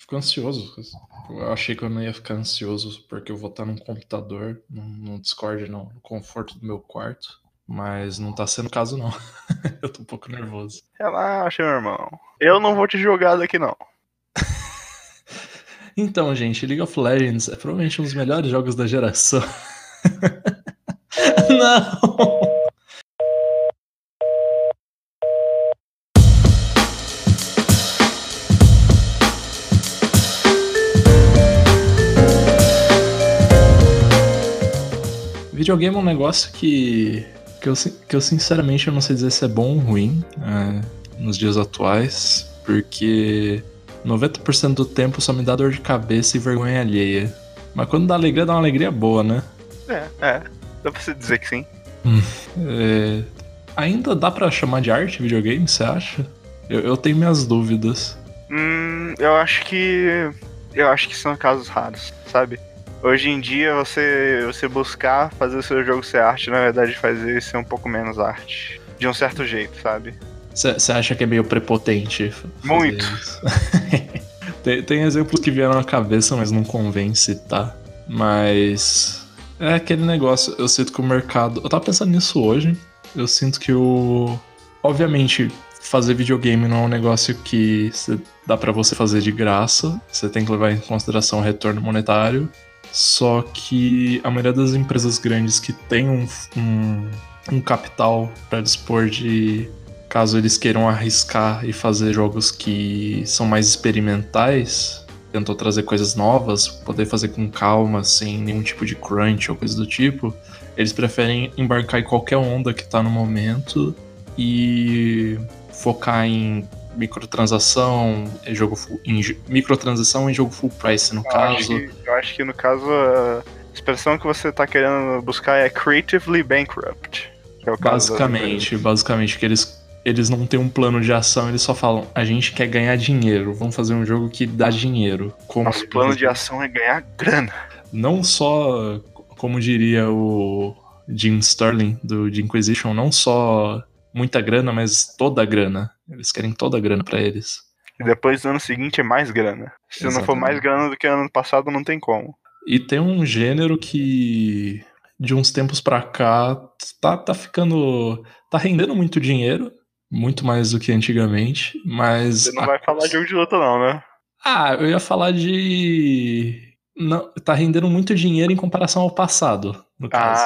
Fico ansioso. Eu achei que eu não ia ficar ansioso porque eu vou estar num computador, no Discord, não, no conforto do meu quarto. Mas não tá sendo o caso, não. Eu tô um pouco nervoso. Relaxa, meu irmão. Eu não vou te jogar daqui, não. Então, gente, League of Legends é provavelmente um dos melhores jogos da geração. Não! Videogame é um negócio que eu sinceramente eu não sei dizer se é bom ou ruim nos dias atuais, porque 90% do tempo só me dá dor de cabeça e vergonha alheia. Mas quando dá uma alegria boa, né? Dá pra você dizer que sim. É, ainda dá pra chamar de arte videogame, você acha? Eu tenho minhas dúvidas. Eu acho que. Eu acho que são casos raros, sabe? Hoje em dia, você buscar fazer o seu jogo ser arte, na verdade, fazer ser um pouco menos arte. De um certo jeito, sabe? Você acha que é meio prepotente fazer Muito. isso? Tem exemplos que vieram à cabeça, mas não convence, tá? Mas é aquele negócio, eu sinto que o mercado. Eu tava pensando nisso hoje. Eu sinto que o. Obviamente, fazer videogame não é um negócio que dá pra você fazer de graça. Você tem que levar em consideração o retorno monetário. Só que a maioria das empresas grandes que tem um capital para dispor de, caso eles queiram arriscar e fazer jogos que são mais experimentais, tentou trazer coisas novas, poder fazer com calma, sem nenhum tipo de crunch ou coisa do tipo, eles preferem embarcar em qualquer onda que tá no momento e focar em microtransação, microtransação em jogo full price, no caso. Eu acho que no caso a expressão que você tá querendo buscar é creatively bankrupt. Que é o caso das empresas. Basicamente, que eles não têm um plano de ação, eles só falam, a gente quer ganhar dinheiro, vamos fazer um jogo que dá dinheiro. Nosso plano de ação é ganhar grana. Não só, como diria o Jim Sterling, do The Inquisition, não só muita grana, mas toda a grana. Eles querem toda a grana pra eles. E depois no ano seguinte é mais grana. Se não for mais grana do que ano passado, não tem como. E tem um gênero que, de uns tempos pra cá, tá ficando. Tá rendendo muito dinheiro, muito mais do que antigamente, mas. Você não vai falar de jogo de luta, não, né? Eu ia falar de. Não, tá rendendo muito dinheiro em comparação ao passado, no caso.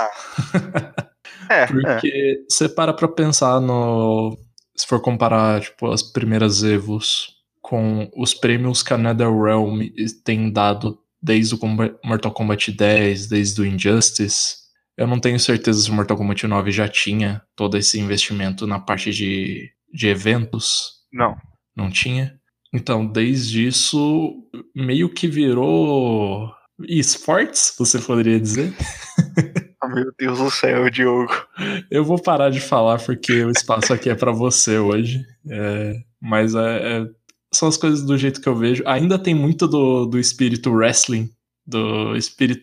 É. Porque você para pra pensar no. Se for comparar, tipo, as primeiras Evos com os prêmios que a NetherRealm tem dado desde o Mortal Kombat 10, desde o Injustice, eu não tenho certeza se o Mortal Kombat 9 já tinha todo esse investimento na parte de eventos. Não. Não tinha? Então, desde isso, meio que virou esportes, você poderia dizer? Oh, meu Deus do céu, Diogo. Eu vou parar de falar porque o espaço aqui é pra você hoje. Mas são as coisas do jeito que eu vejo. Ainda tem muito do espírito wrestling, do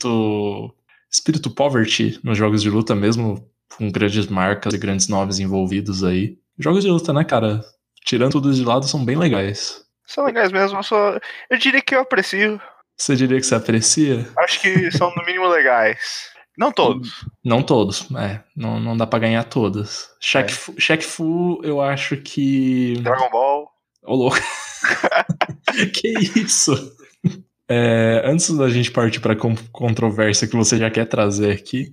espírito poverty nos jogos de luta mesmo, com grandes marcas e grandes nomes envolvidos aí. Jogos de luta, né, cara? Tirando tudo de lado, são bem legais. São legais mesmo, eu diria que eu aprecio. Você diria que você aprecia? Acho que são no mínimo legais. Não todos. Não todos, não dá pra ganhar todas. Shaq Fu, eu acho que. Dragon Ball. Ô, louco. Que isso? Antes da gente partir pra controvérsia que você já quer trazer aqui,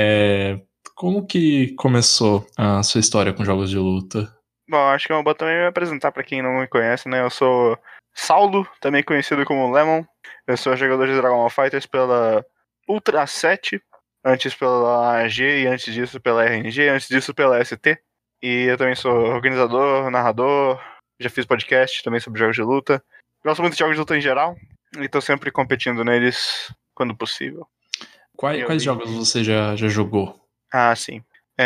como que começou a sua história com jogos de luta? Bom, acho que é uma boa também me apresentar pra quem não me conhece, né? Eu sou Saulo, também conhecido como Lemon. Eu sou jogador de Dragon Ball FighterZ pela Ultra 7, antes pela AG e antes disso pela RNG, antes disso pela ST. E eu também sou organizador, narrador, já fiz podcast também sobre jogos de luta. Gosto muito de jogos de luta em geral e tô sempre competindo neles quando possível. Quais jogos você já jogou? Ah, sim.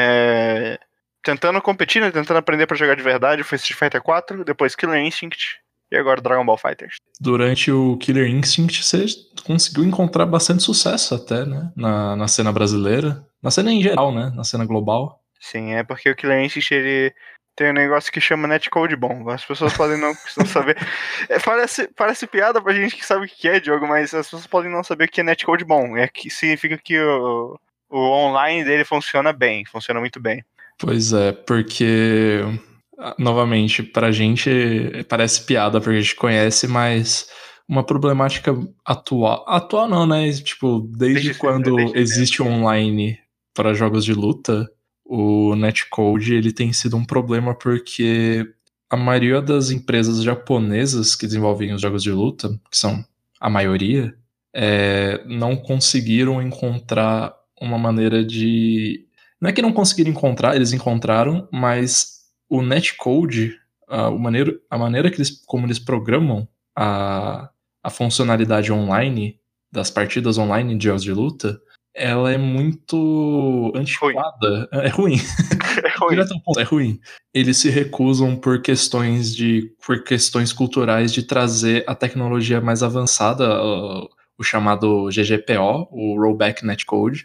Tentando competir, né? Tentando aprender pra jogar de verdade, foi Street Fighter 4, depois Killer Instinct e agora Dragon Ball FighterZ. Durante o Killer Instinct, você conseguiu encontrar bastante sucesso até, né? Na cena brasileira. Na cena em geral, né? Na cena global. Sim, é porque o Killer Instinct, ele Tem um negócio que chama netcode bom. As pessoas podem não saber. Parece piada pra gente que sabe o que é, Diogo, mas as pessoas podem não saber o que é netcode bom. É que significa que o online dele funciona bem, funciona muito bem. Pois é, porque, novamente, pra gente parece piada porque a gente conhece, mas uma problemática atual. Atual não, né? Tipo, desde quando existe o online para jogos de luta, o netcode ele tem sido um problema porque a maioria das empresas japonesas que desenvolvem os jogos de luta, que são a maioria, não conseguiram encontrar uma maneira de. Não é que não conseguiram encontrar, eles encontraram, mas o netcode, a maneira como eles programam a funcionalidade online das partidas online de jogos de luta, ela é muito antiquada. É ruim. É ruim. Direto ao ponto, é ruim. Eles se recusam por questões culturais de trazer a tecnologia mais avançada, o chamado GGPO, o Rollback Netcode,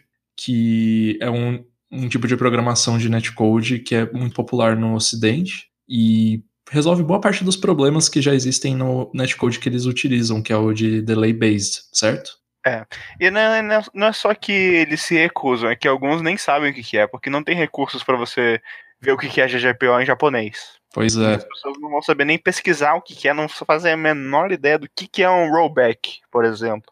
que é um tipo de programação de netcode que é muito popular no Ocidente e resolve boa parte dos problemas que já existem no netcode que eles utilizam, que é o de delay based, certo? E não é só que eles se recusam, é que alguns nem sabem o que é, porque não tem recursos para você ver o que é GGPO em japonês. Pois E é. as pessoas não vão saber nem pesquisar o que é, não fazem a menor ideia do que é um rollback, por exemplo.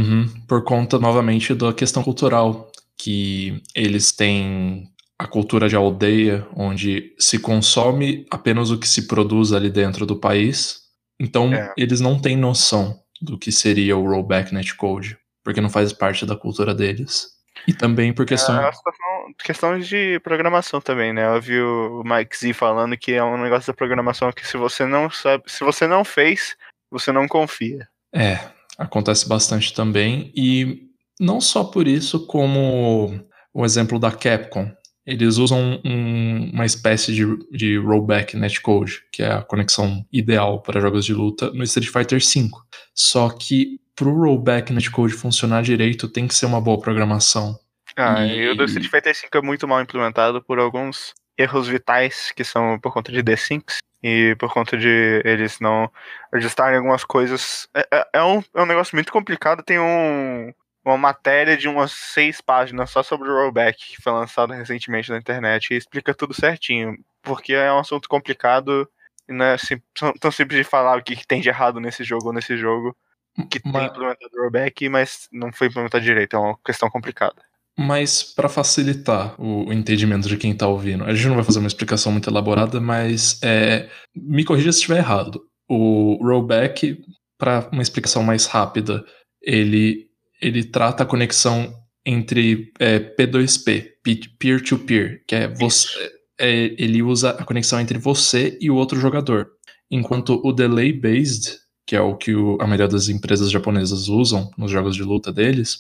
Por conta, novamente, da questão cultural, que eles têm a cultura de aldeia, onde se consome apenas o que se produz ali dentro do país. Então, eles não têm noção do que seria o rollback netcode, porque não faz parte da cultura deles. E também por questões de programação também, né? Eu vi o Mike Z falando que é um negócio da programação que se você não sabe, se você não fez, você não confia. Acontece bastante também, e não só por isso, como o exemplo da Capcom. Eles usam uma espécie de rollback netcode, que é a conexão ideal para jogos de luta, no Street Fighter V. Só que pro rollback netcode funcionar direito, tem que ser uma boa programação. E o do Street Fighter V é muito mal implementado por alguns erros vitais, que são por conta de desyncs e por conta de eles não ajustarem algumas coisas. É um negócio muito complicado. Tem uma matéria de umas 6 páginas só sobre o rollback, que foi lançado recentemente na internet, e explica tudo certinho, porque é um assunto complicado e não é tão simples de falar o que tem de errado nesse jogo ou nesse jogo, que tem implementado o rollback, mas não foi implementado direito. É uma questão complicada. Mas para facilitar o entendimento de quem tá ouvindo, a gente não vai fazer uma explicação muito elaborada, mas me corrija se estiver errado. O rollback, para uma explicação mais rápida, ele trata a conexão entre P2P, peer-to-peer, que é você. Ele usa a conexão entre você e o outro jogador. Enquanto o delay-based, que é o que a maioria das empresas japonesas usam nos jogos de luta deles,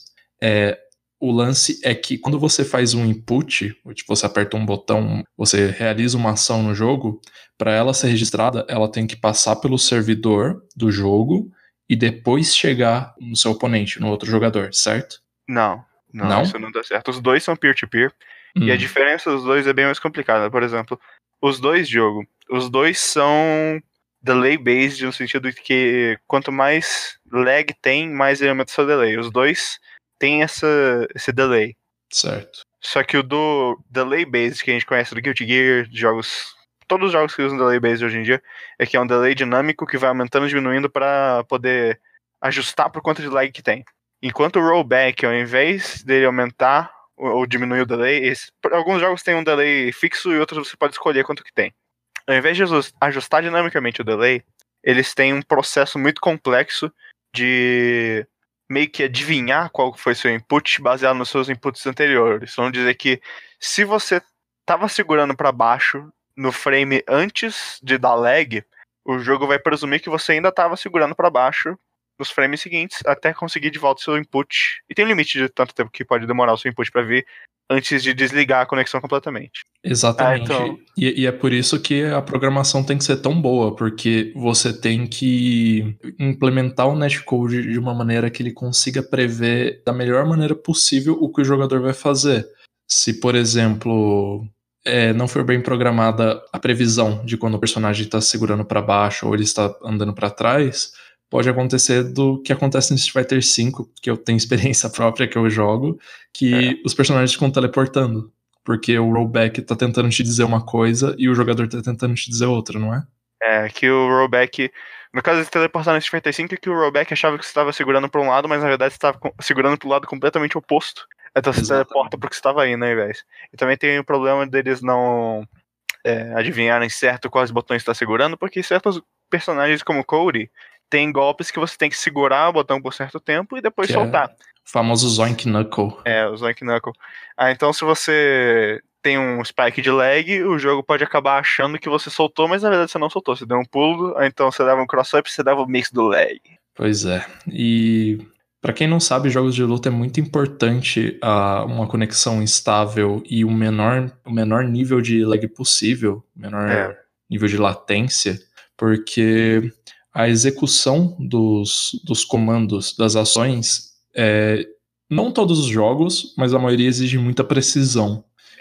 o lance é que quando você faz um input, tipo, você aperta um botão, você realiza uma ação no jogo, para ela ser registrada, ela tem que passar pelo servidor do jogo e depois chegar no seu oponente, no outro jogador, certo? Não, isso não dá certo. Os dois são peer-to-peer, e a diferença dos dois é bem mais complicada. Por exemplo, os dois são delay-based, no sentido de que quanto mais lag tem, mais ele aumenta o seu delay. Os dois têm esse delay. Certo. Só que o do delay-based, que a gente conhece do Guilty Gear, todos os jogos que usam delay-based hoje em dia, é que é um delay dinâmico que vai aumentando e diminuindo para poder ajustar por conta de lag que tem. Enquanto o rollback, ao invés dele aumentar ou diminuir o delay, alguns jogos têm um delay fixo e outros você pode escolher quanto que tem. Ao invés de ajustar dinamicamente o delay, eles têm um processo muito complexo de meio que adivinhar qual foi seu input baseado nos seus inputs anteriores. Vamos dizer que se você estava segurando para baixo no frame antes de dar lag, o jogo vai presumir que você ainda estava segurando para baixo nos frames seguintes até conseguir de volta o seu input. E tem um limite de tanto tempo que pode demorar o seu input para vir antes de desligar a conexão completamente. Exatamente. Então... E é por isso que a programação tem que ser tão boa, porque você tem que implementar o netcode de uma maneira que ele consiga prever da melhor maneira possível o que o jogador vai fazer. Se, por exemplo, não for bem programada a previsão de quando o personagem está segurando para baixo ou ele está andando para trás, pode acontecer do que acontece no Street Fighter V, que eu tenho experiência própria que eu jogo, que os personagens ficam teleportando. Porque o rollback tá tentando te dizer uma coisa e o jogador tá tentando te dizer outra, não é? Que o rollback... No caso de teleportar no Street Fighter V, é que o rollback achava que você estava segurando para um lado, mas na verdade você estava segurando para o lado completamente oposto. Então você teleporta pro que você estava indo, ao invés. E também tem o problema deles não adivinharem certo quais botões você está segurando, porque certos personagens como Cody tem golpes que você tem que segurar o botão por certo tempo e depois soltar. O famoso Zoink Knuckle. O Zoink Knuckle. Então se você tem um spike de lag, o jogo pode acabar achando que você soltou, mas na verdade você não soltou. Você deu um pulo, então você dava um cross-up e você dava o mix do lag. Pois é. E pra quem não sabe, jogos de luta é muito importante uma conexão estável e o menor nível de lag possível, o menor nível de latência, porque a execução dos comandos, das ações, não todos os jogos, mas a maioria exige muita precisão.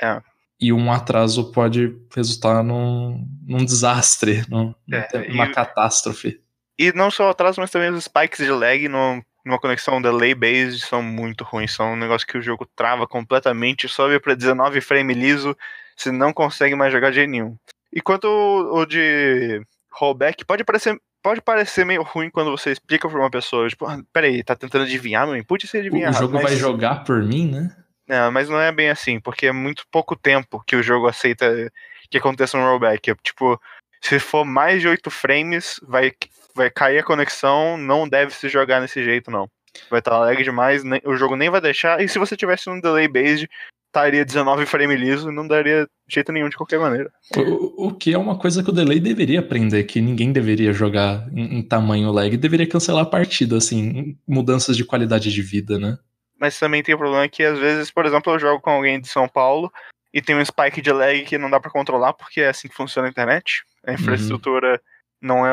E um atraso pode resultar num desastre, numa catástrofe. E não só o atraso, mas também os spikes de lag numa conexão delay-based são muito ruins. São um negócio que o jogo trava completamente, sobe pra 19 frame liso, você não consegue mais jogar de jeito nenhum. E quanto o de rollback, pode parecer meio ruim quando você explica pra uma pessoa, tipo, peraí, tá tentando adivinhar meu input e você adivinha errado. O jogo vai jogar por mim, né? Mas não é bem assim, porque é muito pouco tempo que o jogo aceita que aconteça um rollback. Tipo, se for mais de 8 frames, vai cair a conexão, não deve se jogar nesse jeito, não. Vai estar lag demais, o jogo nem vai deixar, e se você tivesse um delay based, estaria 19 frame liso e não daria jeito nenhum de qualquer maneira. O que é uma coisa que o delay deveria aprender, que ninguém deveria jogar em tamanho lag, deveria cancelar a partida, assim, mudanças de qualidade de vida, né? Mas também tem o problema que, às vezes, por exemplo, eu jogo com alguém de São Paulo e tem um spike de lag que não dá pra controlar, porque é assim que funciona a internet. A infraestrutura não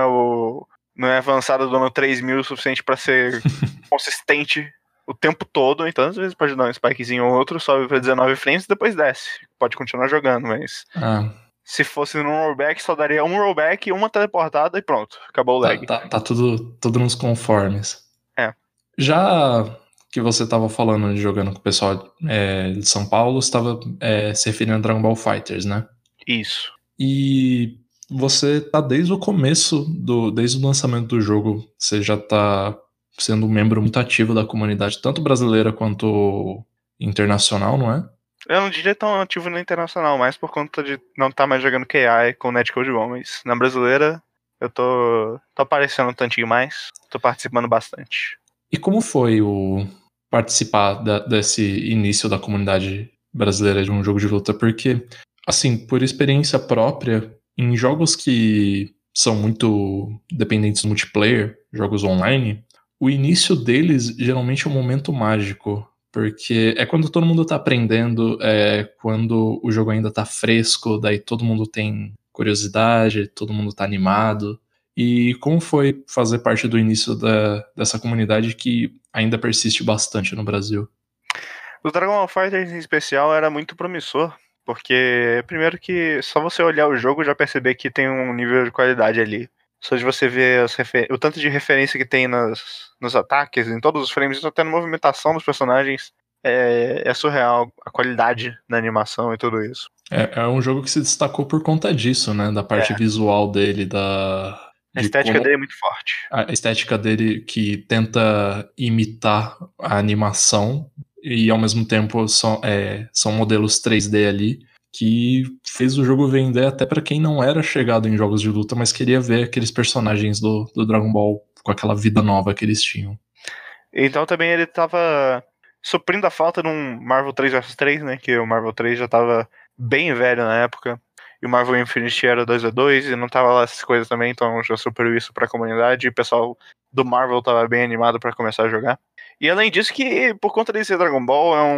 é avançada do ano 3000 o suficiente pra ser consistente o tempo todo, então às vezes pode dar um spikezinho ou outro, sobe pra 19 frames e depois desce. Pode continuar jogando, mas se fosse num rollback, só daria um rollback, uma teleportada e pronto, acabou o lag. Tá tudo nos conformes. Já que você estava falando de jogando com o pessoal de São Paulo, você estava se referindo a Dragon Ball FighterZ, né? Isso. E você tá desde o começo, desde o lançamento do jogo, você já tá sendo um membro muito ativo da comunidade, tanto brasileira quanto internacional, não é? Eu não diria tão ativo no internacional, mas por conta de não estar mais jogando QI com Netcode bom, mas na brasileira eu tô aparecendo um tantinho mais, tô participando bastante. E como foi o participar desse início da comunidade brasileira de um jogo de luta? Porque, assim, por experiência própria, em jogos que são muito dependentes do multiplayer, jogos online, o início deles geralmente é um momento mágico, porque é quando todo mundo tá aprendendo, é quando o jogo ainda tá fresco, daí todo mundo tem curiosidade, todo mundo tá animado. E como foi fazer parte do início dessa comunidade que ainda persiste bastante no Brasil? O Dragon Ball FighterZ em especial era muito promissor, porque primeiro que só você olhar o jogo já perceber que tem um nível de qualidade ali. Só de você ver o tanto de referência que tem nos ataques, em todos os frames, até na movimentação dos personagens, é surreal a qualidade na animação e tudo isso. É um jogo que se destacou por conta disso, né? Da parte visual dele, a estética dele é muito forte. A estética dele que tenta imitar a animação e ao mesmo tempo são modelos 3D ali, que fez o jogo vender até pra quem não era chegado em jogos de luta, mas queria ver aqueles personagens do Dragon Ball com aquela vida nova que eles tinham. Então também ele tava suprindo a falta num Marvel 3 vs 3, né? Que o Marvel 3 já tava bem velho na época. E o Marvel Infinity era 2v2 e não tava lá essas coisas também, então já superou isso pra comunidade e o pessoal do Marvel tava bem animado pra começar a jogar. E além disso que, por conta de ser Dragon Ball, é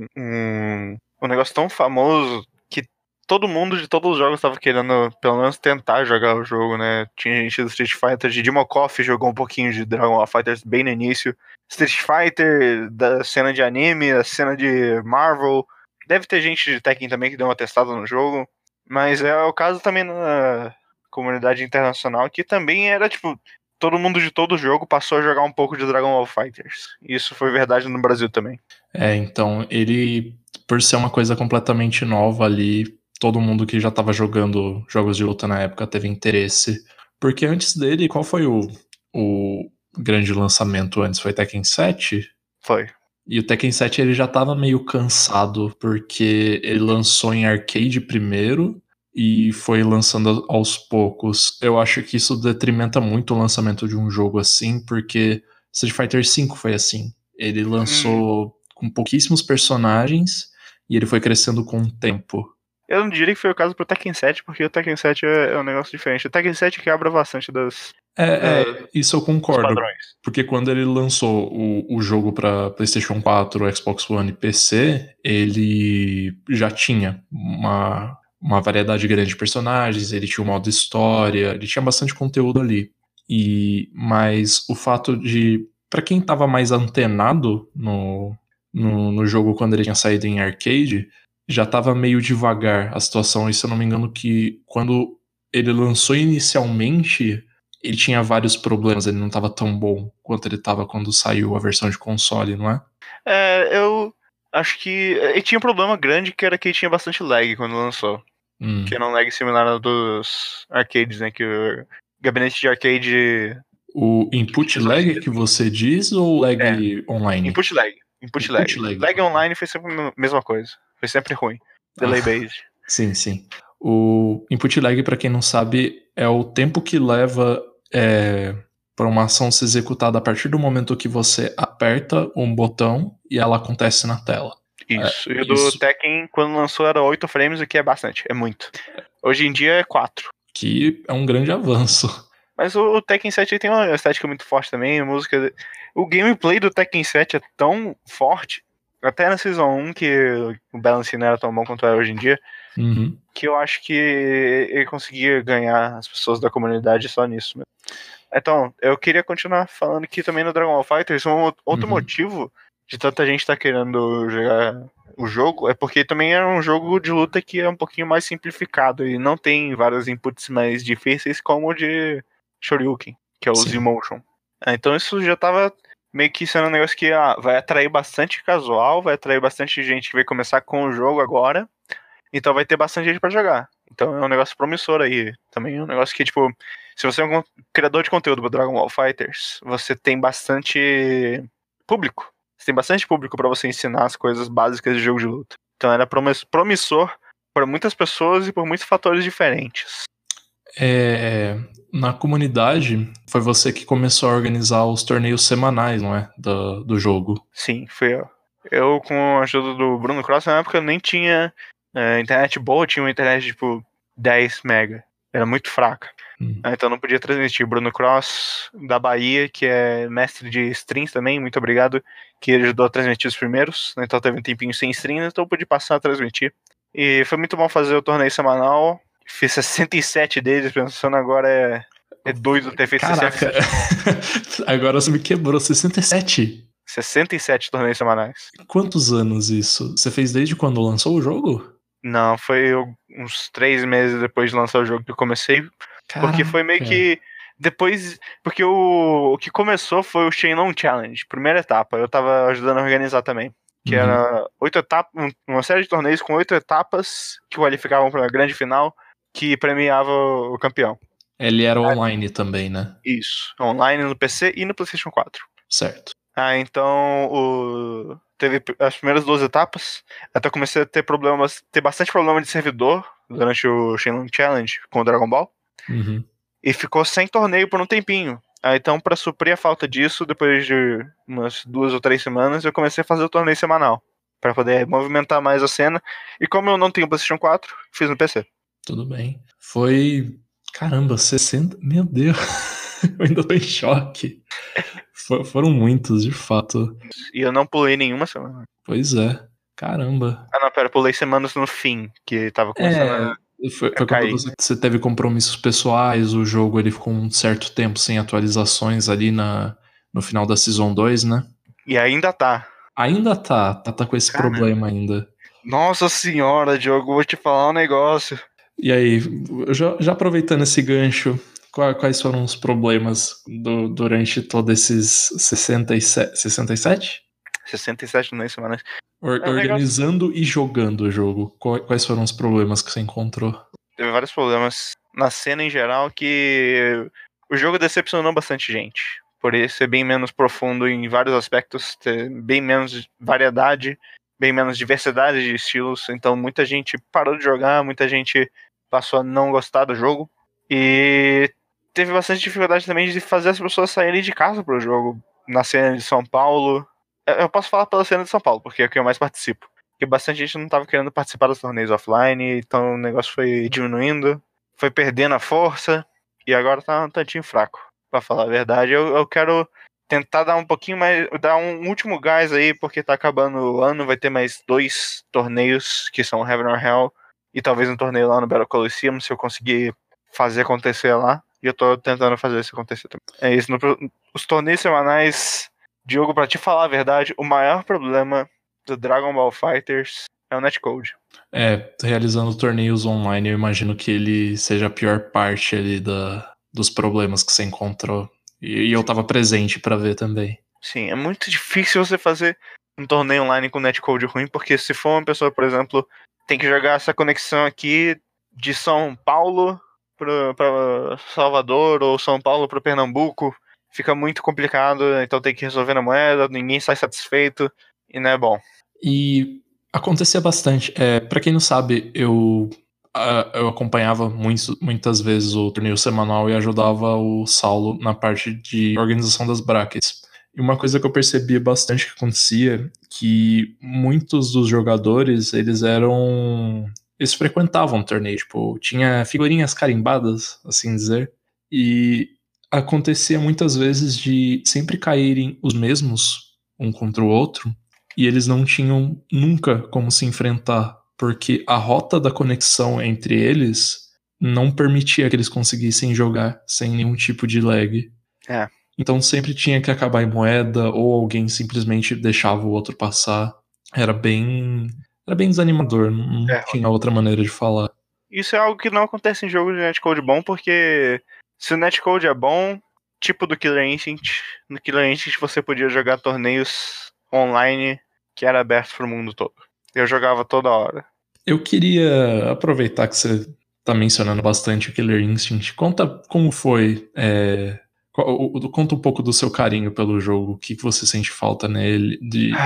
um negócio tão famoso que todo mundo de todos os jogos tava querendo, pelo menos, tentar jogar o jogo, né? Tinha gente do Street Fighter, de Dimokoff jogou um pouquinho de Dragon Ball FighterZ bem no início. Street Fighter, da cena de anime, a cena de Marvel, Deve ter gente de Tekken também que deu uma testada no jogo. Mas é o caso também na comunidade internacional, que também era, tipo, todo mundo de todo jogo passou a jogar um pouco de Dragon Ball FighterZ. Isso foi verdade no Brasil também. Então, ele, por ser uma coisa completamente nova ali, todo mundo que já tava jogando jogos de luta na época teve interesse. Porque antes dele, qual foi o grande lançamento antes? Foi Tekken 7? Foi. E o Tekken 7 ele já tava meio cansado, porque ele lançou em arcade primeiro e foi lançando aos poucos. Eu acho que isso detrimenta muito o lançamento de um jogo assim, porque Street Fighter V foi assim. Ele lançou com pouquíssimos personagens e ele foi crescendo com o tempo. Eu não diria que foi o caso pro Tekken 7, porque o Tekken 7 é um negócio diferente. O Tekken 7 quebra bastante Isso eu dos concordo. padrões. Porque quando ele lançou o jogo pra PlayStation 4, Xbox One e PC, ele já tinha uma variedade grande de personagens, ele tinha um modo história, ele tinha bastante conteúdo ali. Mas o fato de, pra quem tava mais antenado no jogo quando ele tinha saído em arcade, já tava meio devagar a situação. E se eu não me engano, que quando ele lançou inicialmente, ele tinha vários problemas, ele não tava tão bom quanto ele tava quando saiu a versão de console, não é? Eu acho que ele tinha um problema grande, que era que ele tinha bastante lag quando lançou. Que era um lag similar ao dos arcades, né? Que o gabinete de arcade... O input lag que você diz ou lag online? Input lag. Input lag. Lag online foi sempre a mesma coisa. Foi sempre ruim. Delay based. Sim. O input lag, pra quem não sabe, é o tempo que leva para uma ação ser executada a partir do momento que você aperta um botão e ela acontece na tela. Isso. E o do Tekken, quando lançou, era 8 frames, o que é bastante. É muito. Hoje em dia é 4. Que é um grande avanço. Mas o Tekken 7 tem uma estética muito forte também. A música. O gameplay do Tekken 7 é tão forte. Até na Season 1, que o balance não era tão bom quanto é hoje em dia. Uhum. Que eu acho que ele conseguia ganhar as pessoas da comunidade só nisso mesmo. Então, eu queria continuar falando que também no Dragon Ball FighterZ, outro motivo de tanta gente estar querendo jogar o jogo é porque também é um jogo de luta que é um pouquinho mais simplificado e não tem vários inputs mais difíceis como o de Shoryuken, que é o Z-Motion. Então isso já tava meio que sendo um negócio que vai atrair bastante casual, vai atrair bastante gente que vai começar com o jogo agora, então vai ter bastante gente pra jogar. Então é um negócio promissor aí. Também é um negócio que, tipo, se você é um criador de conteúdo pro Dragon Ball FighterZ, você tem bastante público. Você tem bastante público pra você ensinar as coisas básicas de jogo de luta. Então era promissor para muitas pessoas e por muitos fatores diferentes. Na comunidade, foi você que começou a organizar os torneios semanais, não é? Do jogo. Sim, foi eu. Eu, com a ajuda do Bruno Cross, na época eu nem tinha internet boa, tinha uma internet tipo 10 mega. Era muito fraca. Então não podia transmitir. Bruno Cross, da Bahia, que é mestre de streams também, muito obrigado, que ele ajudou a transmitir os primeiros. Então teve um tempinho sem streams, então eu pude passar a transmitir. E foi muito bom fazer o torneio semanal. Fiz 67 deles, pensando agora é doido ter feito 67. Agora você me quebrou, 67? 67 torneios semanais. Quantos anos isso? Você fez desde quando lançou o jogo? Não, foi uns 3 meses depois de lançar o jogo que eu comecei. Caraca. Porque foi meio que depois... Porque o que começou foi o Shenlong Challenge, primeira etapa. Eu tava ajudando a organizar também. Que era 8 etapas, uma série de torneios com 8 etapas que qualificavam para a grande final, que premiava o campeão. Ele era online também, né? Isso, online no PC e no PlayStation 4. Certo. Então teve as primeiras 2 etapas, até comecei a ter bastante problema de servidor durante o Shenlong Challenge com o Dragon Ball. E ficou sem torneio por um tempinho. Então, pra suprir a falta disso, depois de umas 2 ou 3 semanas, eu comecei a fazer o torneio semanal, pra poder movimentar mais a cena. E como eu não tenho PlayStation 4, fiz no PC. Tudo bem. Foi... Caramba, 60... Meu Deus. Eu ainda tô em choque. Foram muitos, de fato. E eu não pulei nenhuma semana. Pois é. Caramba. Não, pera, pulei semanas no fim, que tava começando Foi quando você teve compromissos pessoais, o jogo ele ficou um certo tempo sem atualizações ali no final da Season 2, né? E ainda tá. Ainda tá com esse problema ainda. Nossa senhora, Diogo, vou te falar um negócio. E aí, já aproveitando esse gancho, quais foram os problemas durante todos esses 67, 67? 67 no semanas. É um negócio. Organizando e jogando o jogo, quais foram os problemas que você encontrou? Teve vários problemas na cena em geral que o jogo decepcionou bastante gente. Por ele ser bem menos profundo em vários aspectos, ter bem menos variedade, bem menos diversidade de estilos. Então muita gente parou de jogar, muita gente passou a não gostar do jogo. E teve bastante dificuldade também de fazer as pessoas saírem de casa pro jogo. Na cena de São Paulo. Eu posso falar pela cena de São Paulo, porque é o que eu mais participo. Porque bastante gente não estava querendo participar dos torneios offline, então o negócio foi diminuindo, foi perdendo a força, e agora tá um tantinho fraco. Pra falar a verdade, eu quero tentar dar um pouquinho mais, dar um último gás aí, porque tá acabando o ano, vai ter mais 2 torneios, que são Heaven or Hell, e talvez um torneio lá no Battle Coliseum, se eu conseguir fazer acontecer lá, e eu tô tentando fazer isso acontecer também. É isso, os torneios semanais, Diogo, pra te falar a verdade, o maior problema do Dragon Ball FighterZ é o netcode. Realizando torneios online, eu imagino que ele seja a pior parte ali dos problemas que você encontrou. E eu tava presente pra ver também. Sim, é muito difícil você fazer um torneio online com netcode ruim, porque se for uma pessoa, por exemplo, tem que jogar essa conexão aqui de São Paulo pra Salvador, ou São Paulo pra Pernambuco, fica muito complicado, então tem que resolver na moeda, ninguém sai satisfeito, e não é bom. E acontecia bastante. Para quem não sabe, eu acompanhava muitas vezes o torneio semanal e ajudava o Saulo na parte de organização das brackets. E uma coisa que eu percebia bastante que acontecia, que muitos dos jogadores, eles frequentavam o torneio, tipo, tinha figurinhas carimbadas, assim dizer, e acontecia muitas vezes de sempre caírem os mesmos um contra o outro, e eles não tinham nunca como se enfrentar, porque a rota da conexão entre eles não permitia que eles conseguissem jogar sem nenhum tipo de lag. É. Então sempre tinha que acabar em moeda, ou alguém simplesmente deixava o outro passar. Era bem desanimador, não É. tinha outra maneira de falar. Isso é algo que não acontece em jogos de netcode bom, porque se o netcode é bom, tipo do Killer Instinct, no Killer Instinct você podia jogar torneios online que era aberto pro mundo todo. Eu jogava toda hora. Eu queria aproveitar que você tá mencionando bastante o Killer Instinct. Conta como foi. Conta um pouco do seu carinho pelo jogo. O que você sente falta nele?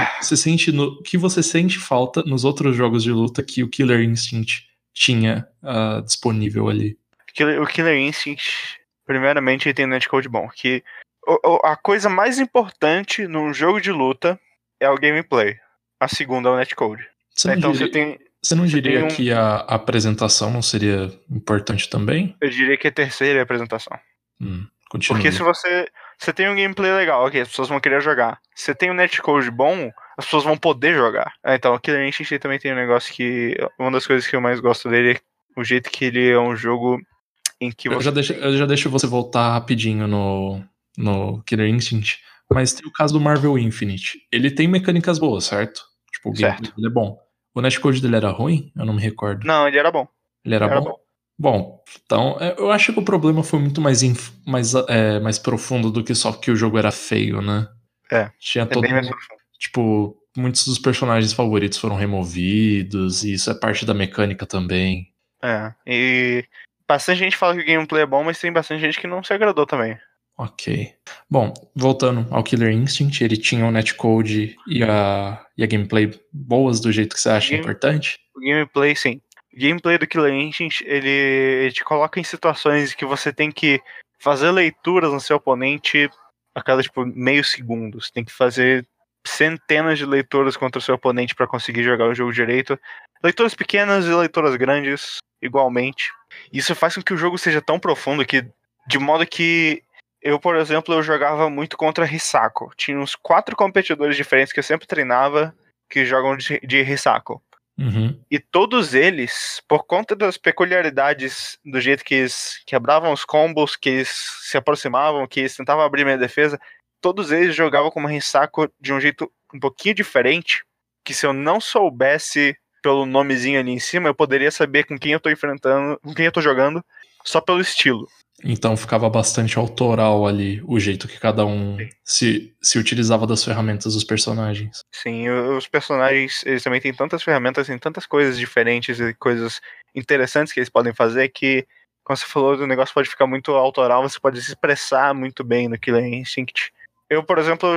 O que você sente falta nos outros jogos de luta que o Killer Instinct tinha disponível ali? O Killer Instinct, primeiramente, ele tem um netcode bom. Que a coisa mais importante num jogo de luta é o gameplay. A segunda é o netcode. Então Você não você tem diria um. que a apresentação não seria importante também? Eu diria que é a terceira apresentação. Porque Continue. se você tem um gameplay legal, ok, as pessoas vão querer jogar. Se você tem um netcode bom, as pessoas vão poder jogar. Então, o Killer Instinct também tem um negócio que. Uma das coisas que eu mais gosto dele é o jeito que ele é um jogo em que você. Eu já deixo você voltar rapidinho no Killer Instinct, mas tem o caso do Marvel Infinite. Ele tem mecânicas boas, certo? Tipo, o gameplay Certo. dele é bom. O netcode dele era ruim? Eu não me recordo. Não, ele era bom. Ele era Ele era bom? bom. Bom, então eu acho que o problema foi muito mais profundo do que só que o jogo era feio, né? É. Tinha É todo bem mais profundo. Tipo, muitos dos personagens favoritos foram removidos, e isso é parte da mecânica também. É. E bastante gente fala que o gameplay é bom, mas tem bastante gente que não se agradou também. Ok. Bom, voltando ao Killer Instinct, ele tinha o netcode e a gameplay boas do jeito que você acha Game- importante? O gameplay, sim. O gameplay do Killer Instinct, ele te coloca em situações que você tem que fazer leituras no seu oponente a cada, tipo, meio segundo. Você tem que fazer centenas de leituras contra o seu oponente para conseguir jogar o jogo direito. Leituras pequenas e leituras grandes, igualmente. Isso faz com que o jogo seja tão profundo que, de modo que eu, por exemplo, eu jogava muito contra Hisako. Tinha uns 4 competidores diferentes que eu sempre treinava que jogam de Hisako. Uhum. E todos eles, por conta das peculiaridades do jeito que eles quebravam os combos, que eles se aproximavam, que eles tentavam abrir minha defesa, todos eles jogavam como Hisako de um jeito um pouquinho diferente, que se eu não soubesse pelo nomezinho ali em cima, eu poderia saber com quem eu tô enfrentando, com quem eu tô jogando, só pelo estilo. Então ficava bastante autoral ali, o jeito que cada um se utilizava das ferramentas dos personagens. Sim, os personagens, eles também têm tantas ferramentas, têm tantas coisas diferentes e coisas interessantes que eles podem fazer que, como você falou, o negócio pode ficar muito autoral, você pode se expressar muito bem no Killer Instinct. Eu, por exemplo,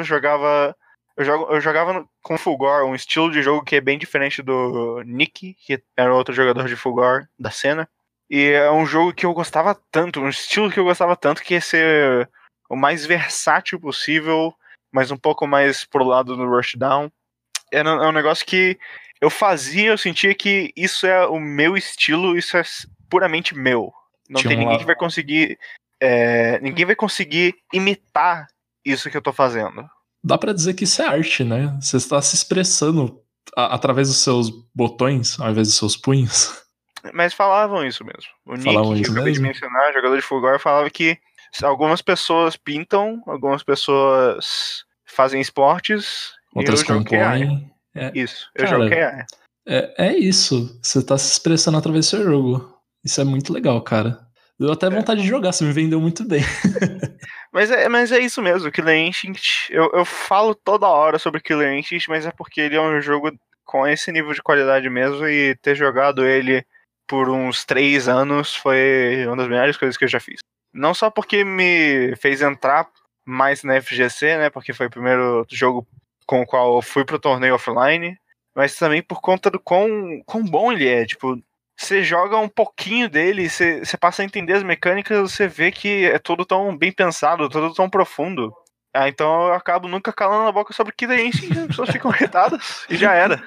eu jogava com Fulgor, um estilo de jogo que é bem diferente do Nick, que era outro jogador de Fulgor da cena. E é um jogo que eu gostava tanto, um estilo que eu gostava tanto, que ia ser o mais versátil possível, mas um pouco mais pro lado do Rushdown. É um negócio que eu fazia, eu sentia que isso é o meu estilo, isso é puramente meu. Não tem ninguém que vai conseguir. Ninguém vai conseguir imitar isso que eu tô fazendo. Dá pra dizer que isso é arte, né? Você está se expressando através dos seus botões, ao invés dos seus punhos. Mas falavam isso mesmo. O Falavam Nick, que eu acabei de mencionar, jogador de Fulgor, falava que algumas pessoas pintam, algumas pessoas fazem esportes, outras compõem. Isso, eu jogo QA. É isso. Você tá se expressando através do seu jogo. Isso é muito legal, cara. Deu até vontade de jogar, você me vendeu muito bem. Mas é isso mesmo, Killer Instinct. Eu falo toda hora sobre Killer Instinct, mas é porque ele é um jogo com esse nível de qualidade mesmo, e ter jogado ele por uns 3 anos foi uma das melhores coisas que eu já fiz. Não só porque me fez entrar mais na FGC, né, porque foi o primeiro jogo com o qual eu fui pro torneio offline, mas também por conta do quão bom ele é. Tipo, você joga um pouquinho dele, você passa a entender as mecânicas, você vê que é tudo tão bem pensado, tudo tão profundo. Então eu acabo nunca calando a boca sobre Killer Instinct, as pessoas ficam irritadas e já era.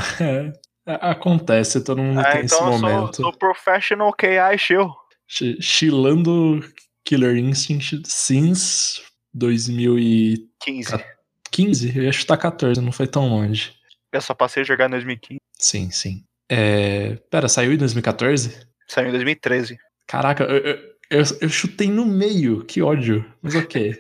Acontece, todo mundo tem esse momento. Eu sou professional KI chill. Chillando Killer Instinct since 2015. 15? Eu ia chutar 14, não foi tão longe. Eu só passei a jogar em 2015. Sim. Pera, saiu em 2014? Saiu em 2013. Caraca, eu chutei no meio, que ódio. Mas ok.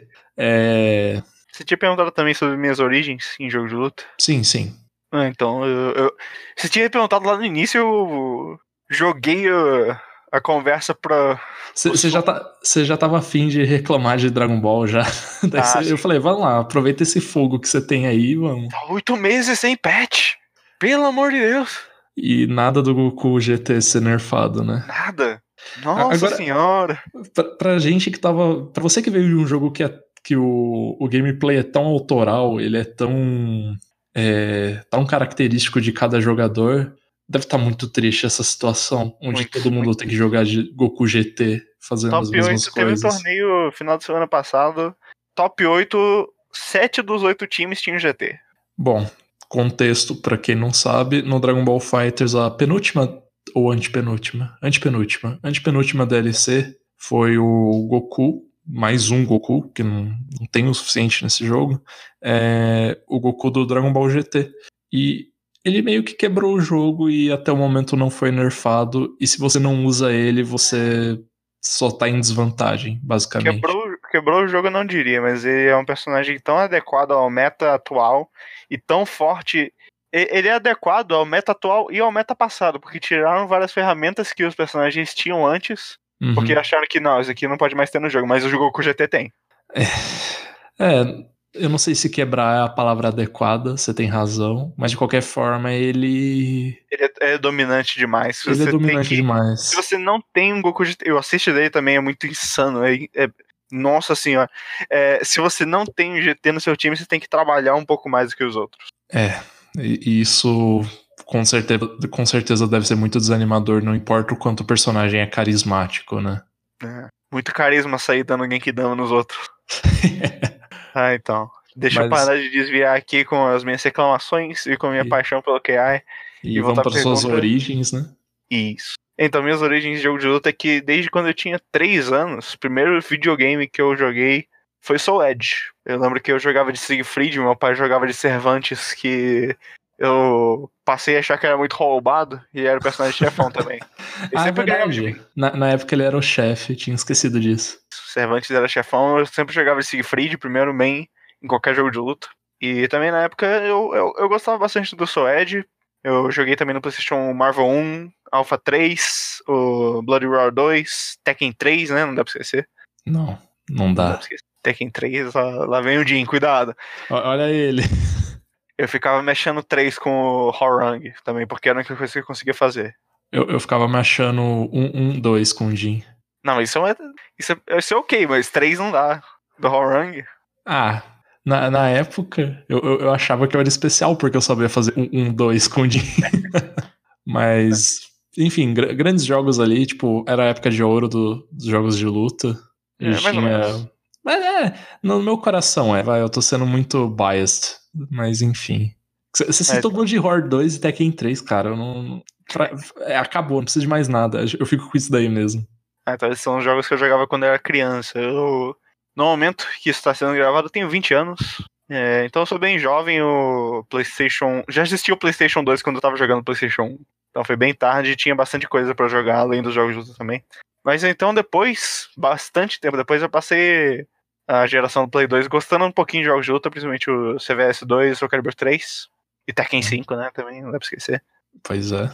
Você tinha perguntado também sobre minhas origens em jogo de luta? Sim. Então, você tinha perguntado lá no início, eu joguei a conversa pra... Você já tava afim de reclamar de Dragon Ball já. Eu falei, vamos lá, aproveita esse fogo que você tem aí, vamos. Tá 8 meses sem patch. Pelo amor de Deus. E nada do Goku GT ser nerfado, né? Nada. Nossa senhora. Pra gente que tava... Pra você que veio de um jogo que o gameplay é tão autoral, ele é tão característico de cada jogador, deve estar muito triste essa situação, onde todo mundo tem que jogar de Goku GT fazendo as mesmas coisas. Teve um torneio final de semana passado, top 8, 7 dos 8 times tinham GT. Bom, contexto pra quem não sabe, no Dragon Ball FighterZ a penúltima ou antepenúltima DLC foi o Goku, mais um Goku, que não tem o suficiente nesse jogo, o Goku do Dragon Ball GT. E ele meio que quebrou o jogo e até o momento não foi nerfado, e se você não usa ele, você só tá em desvantagem, basicamente. Quebrou o jogo eu não diria, mas ele é um personagem tão adequado ao meta atual e tão forte. Ele é adequado ao meta atual e ao meta passado, porque tiraram várias ferramentas que os personagens tinham antes, porque acharam que não, isso aqui não pode mais ter no jogo, mas o Goku GT tem. Eu não sei se quebrar é a palavra adequada, você tem razão, mas de qualquer forma ele é dominante demais. Ele é dominante demais. Se você não tem um Goku GT, o assist dele também é muito insano, nossa senhora. Se você não tem um GT no seu time, você tem que trabalhar um pouco mais do que os outros. E isso com certeza deve ser muito desanimador, não importa o quanto o personagem é carismático, né? Muito carisma sair dando Genkidama nos outros. Então. Deixa eu parar de desviar aqui com as minhas reclamações e com a minha paixão pelo QI. E vamos para suas origens, né? Isso. Então, minhas origens de jogo de luta é que desde quando eu tinha 3 anos, o primeiro videogame que eu joguei foi Soul Edge. Eu lembro que eu jogava de Siegfried, meu pai jogava de Cervantes, que eu passei a achar que era muito roubado, e era o personagem chefão também. É verdade. Na época ele era o chefe, tinha esquecido disso. Cervantes era chefão, eu sempre jogava de Siegfried, primeiro main, em qualquer jogo de luta. E também na época eu gostava bastante do Soul Edge. Eu joguei também no PlayStation Marvel 1, Alpha 3, o Bloody Roar 2, Tekken 3, né? Não dá pra esquecer. Não Não dá dá. pra esquecer. Tekken 3, lá vem o Jin, cuidado. Olha ele. Eu ficava mexendo 3 com o Horang também, porque era a única coisa que eu conseguia fazer. Eu ficava me achando 2 com o Jin. Não, isso é ok, mas 3 não dá. Do Horang. Ah, na época, eu achava que eu era especial porque eu sabia fazer 2 com o Jin. Mas, enfim, grandes jogos ali, tipo, era a época de ouro dos jogos de luta. E Mais ou menos. Mas no meu coração vai, eu tô sendo muito biased. Mas enfim. Você citou Blood Roar 2 e Tekken 3, cara. Eu não. Acabou, não preciso de mais nada. Eu fico com isso daí mesmo. Então esses são os jogos que eu jogava quando eu era criança. No momento que isso está sendo gravado, eu tenho 20 anos. Então eu sou bem jovem. O PlayStation. Já existia o PlayStation 2 quando eu tava jogando o PlayStation 1. Então foi bem tarde e tinha bastante coisa pra jogar, além dos jogos de luta também. Mas então depois, bastante tempo depois, eu passei a geração do Play 2 gostando um pouquinho de jogos de luta, principalmente o CVS 2, o Soul Calibur 3 e Tekken 5, né? Também, não dá pra esquecer. Pois é.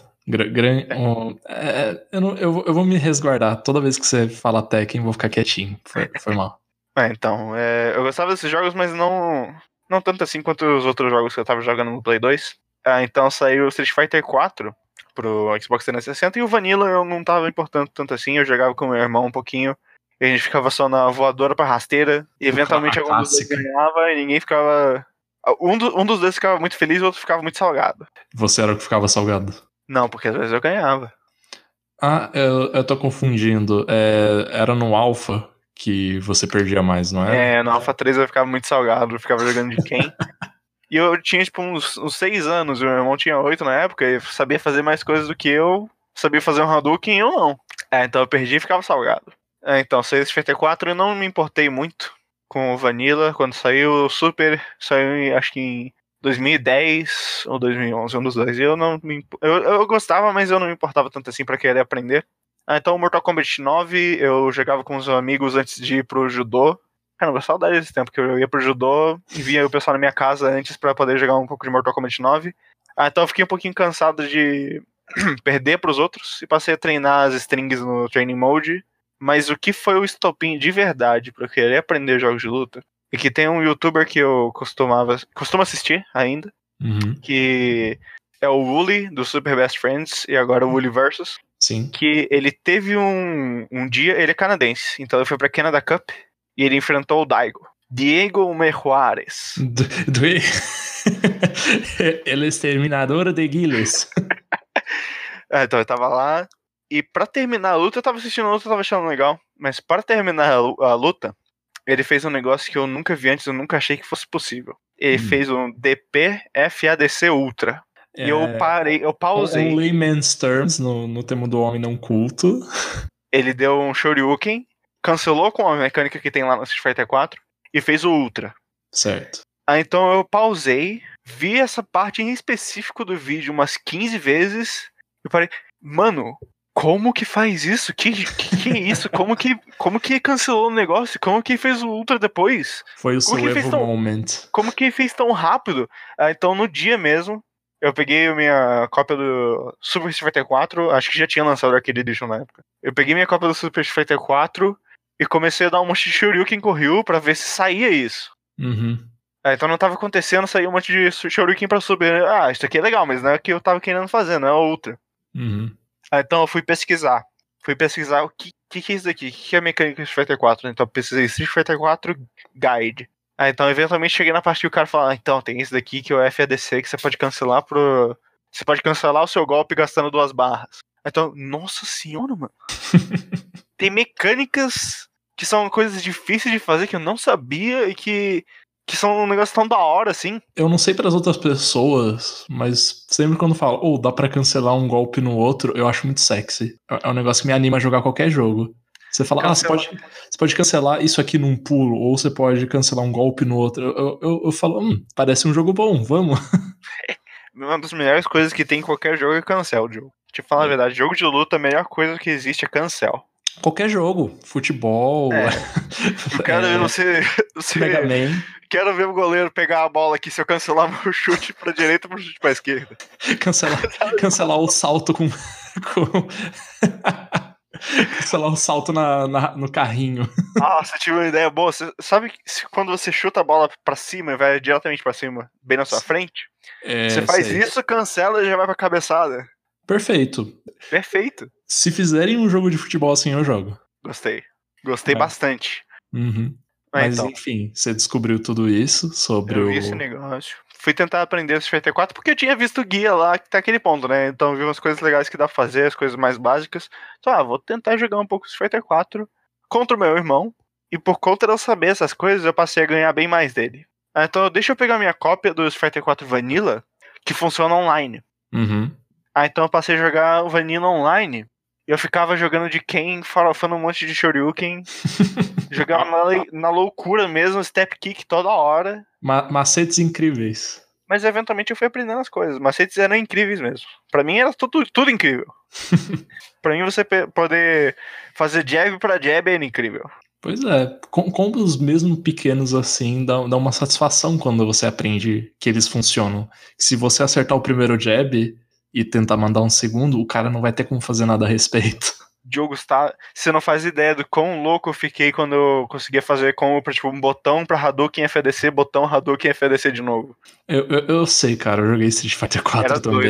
Eu vou me resguardar. Toda vez que você fala Tekken, eu vou ficar quietinho. Foi mal. Então, eu gostava desses jogos, mas não tanto assim quanto os outros jogos que eu tava jogando no Play 2. Então saiu o Street Fighter 4 pro Xbox 360 e o Vanilla eu não tava importando tanto assim. Eu jogava com meu irmão um pouquinho. E a gente ficava só na voadora pra rasteira. E eventualmente algum dos dois ganhava e ninguém ficava. Um dos dois ficava muito feliz e o outro ficava muito salgado. Você era o que ficava salgado? Não, porque às vezes eu ganhava. Ah, eu tô confundindo. Era no Alpha que você perdia mais, não era? No Alpha 3 eu ficava muito salgado, eu ficava jogando de quem? E eu tinha, tipo, uns 6 anos, o meu irmão tinha 8 na época, e sabia fazer mais coisas do que eu, sabia fazer um Hadouken e eu não. Então eu perdi e ficava salgado. Então, saiu esse Fighter 4 eu não me importei muito com o Vanilla, quando saiu o Super, saiu acho que em 2010 ou 2011, um dos dois. E eu gostava, mas eu não me importava tanto assim pra querer aprender. Então, o Mortal Kombat 9 eu jogava com os amigos antes de ir pro judô. Cara, eu saudade desse tempo, que eu ia pro judô e via o pessoal na minha casa antes pra poder jogar um pouco de Mortal Kombat 9. Então eu fiquei um pouquinho cansado de perder pros outros e passei a treinar as strings no Training Mode. Mas o que foi o estopim de verdade pra eu querer aprender jogos de luta é que tem um youtuber que eu costumo assistir ainda, que é o Wooly, do Super Best Friends, e agora o Wooly Versus. Sim. Que ele teve um dia, ele é canadense, então ele foi pra Canada Cup e ele enfrentou o Daigo. Diego Mejuárez. El exterminador de Guiles. Então eu tava lá, e pra terminar a luta, eu tava assistindo a luta, eu tava achando legal, mas pra terminar a luta, ele fez um negócio que eu nunca vi antes, eu nunca achei que fosse possível. Ele fez um DP FADC Ultra. E eu pausei. On layman's terms, no termo do homem não culto. Ele deu um Shoryuken, cancelou com a mecânica que tem lá no Street Fighter 4 e fez o Ultra. Certo. Então eu pausei, vi essa parte em específico do vídeo umas 15 vezes e parei, mano, como que faz isso? Que é isso? Como que cancelou o negócio? Como que fez o Ultra depois? Foi o seu Evo Moment. Como que fez tão rápido? Então no dia mesmo, eu peguei a minha cópia do Super Street Fighter 4, acho que já tinha lançado o Arcade Edition na época. Eu peguei minha cópia do Super Street Fighter 4 e comecei a dar um monte de Shoryuken com o Ryu pra ver se saía isso. Então não tava acontecendo, saía um monte de Shoryuken pra subir. Isso aqui é legal, mas não é o que eu tava querendo fazer, não é o Ultra. Então eu fui pesquisar. O que é isso daqui? O que é a mecânica do Street Fighter 4? Então eu pesquisei Street Fighter 4 Guide. Então eventualmente cheguei na parte que o cara fala, então tem esse daqui que é o FADC que você pode cancelar Você pode cancelar o seu golpe gastando 2 barras. Então, nossa senhora, mano. Tem mecânicas que são coisas difíceis de fazer que eu não sabia e que são um negócio tão da hora, assim. Eu não sei pras outras pessoas, mas sempre quando falo, dá pra cancelar um golpe no outro, eu acho muito sexy. É um negócio que me anima a jogar qualquer jogo. Você fala, você pode cancelar isso aqui num pulo, ou você pode cancelar um golpe no outro. Eu falo, parece um jogo bom, vamos. Uma das melhores coisas que tem em qualquer jogo é cancel, Joe. Te falar a verdade, jogo de luta, a melhor coisa que existe é cancel. Qualquer jogo, futebol. Eu quero ver você Mega Man. quero ver o goleiro pegar a bola aqui se eu cancelar meu chute pra direita ou meu chute pra esquerda. Cancelar o salto com... Cancelar o salto no carrinho. Nossa, tive uma ideia boa. Você sabe que quando você chuta a bola pra cima e vai diretamente pra cima, bem na sua frente? Você faz isso, cancela e já vai pra cabeçada. Perfeito. Perfeito. Se fizerem um jogo de futebol assim, eu jogo. Gostei bastante. Uhum. Mas então, enfim, você descobriu tudo isso sobre eu vi esse negócio. Fui tentar aprender o Street Fighter 4 porque eu tinha visto guia lá, que tá aquele ponto, né? Então eu vi umas coisas legais que dá pra fazer, as coisas mais básicas. Então, vou tentar jogar um pouco Street Fighter 4 contra o meu irmão. E por conta de eu saber essas coisas, eu passei a ganhar bem mais dele. Então deixa eu pegar minha cópia do Street Fighter 4 Vanilla, que funciona online. Uhum. Então eu passei a jogar o Vanilla online. E eu ficava jogando de Ken, farofando um monte de Shoryuken. Jogava na loucura mesmo, step kick toda hora. Macetes incríveis. Mas eventualmente eu fui aprendendo as coisas. Macetes eram incríveis mesmo. Pra mim era tudo incrível. Pra mim você poder fazer jab pra jab era incrível. Pois é, combos mesmo pequenos assim dá uma satisfação quando você aprende que eles funcionam. Se você acertar o primeiro jab e tentar mandar um segundo, o cara não vai ter como fazer nada a respeito. Diogo, você não faz ideia do quão louco eu fiquei quando eu conseguia fazer tipo, um botão pra Hadouken FDC, botão Hadouken FDC de novo. Eu sei, cara, eu joguei Street Fighter 4 era também.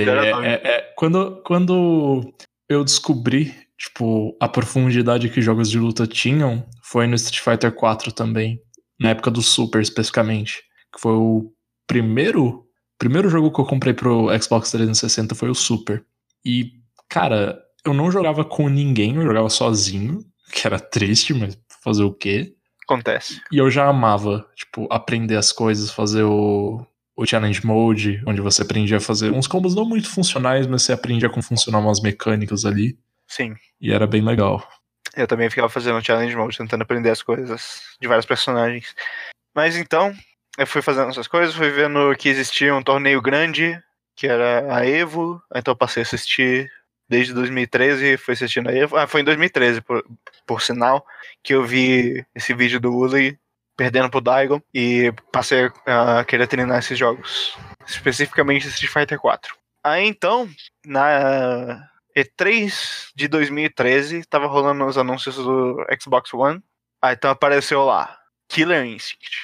doido. Quando eu descobri, tipo, a profundidade que jogos de luta tinham, foi no Street Fighter 4 também. Na época do Super, especificamente. Que foi o primeiro jogo que eu comprei pro Xbox 360 foi o Super. E, cara, eu não jogava com ninguém, eu jogava sozinho, que era triste, mas fazer o quê? Acontece. E eu já amava, tipo, aprender as coisas, fazer o Challenge Mode, onde você aprendia a fazer uns combos não muito funcionais, mas você aprendia como funcionar umas mecânicas ali. Sim. E era bem legal. Eu também ficava fazendo Challenge Mode, tentando aprender as coisas de vários personagens. Mas então, eu fui fazendo essas coisas, fui vendo que existia um torneio grande, que era a EVO, então eu passei a assistir desde 2013, fui assistindo a EVO. Foi em 2013, por sinal, que eu vi esse vídeo do Uli perdendo pro Daigon e passei a querer treinar esses jogos, especificamente Street Fighter 4. Aí então, na E3 de 2013, tava rolando os anúncios do Xbox One, aí então apareceu lá, Killer Instinct.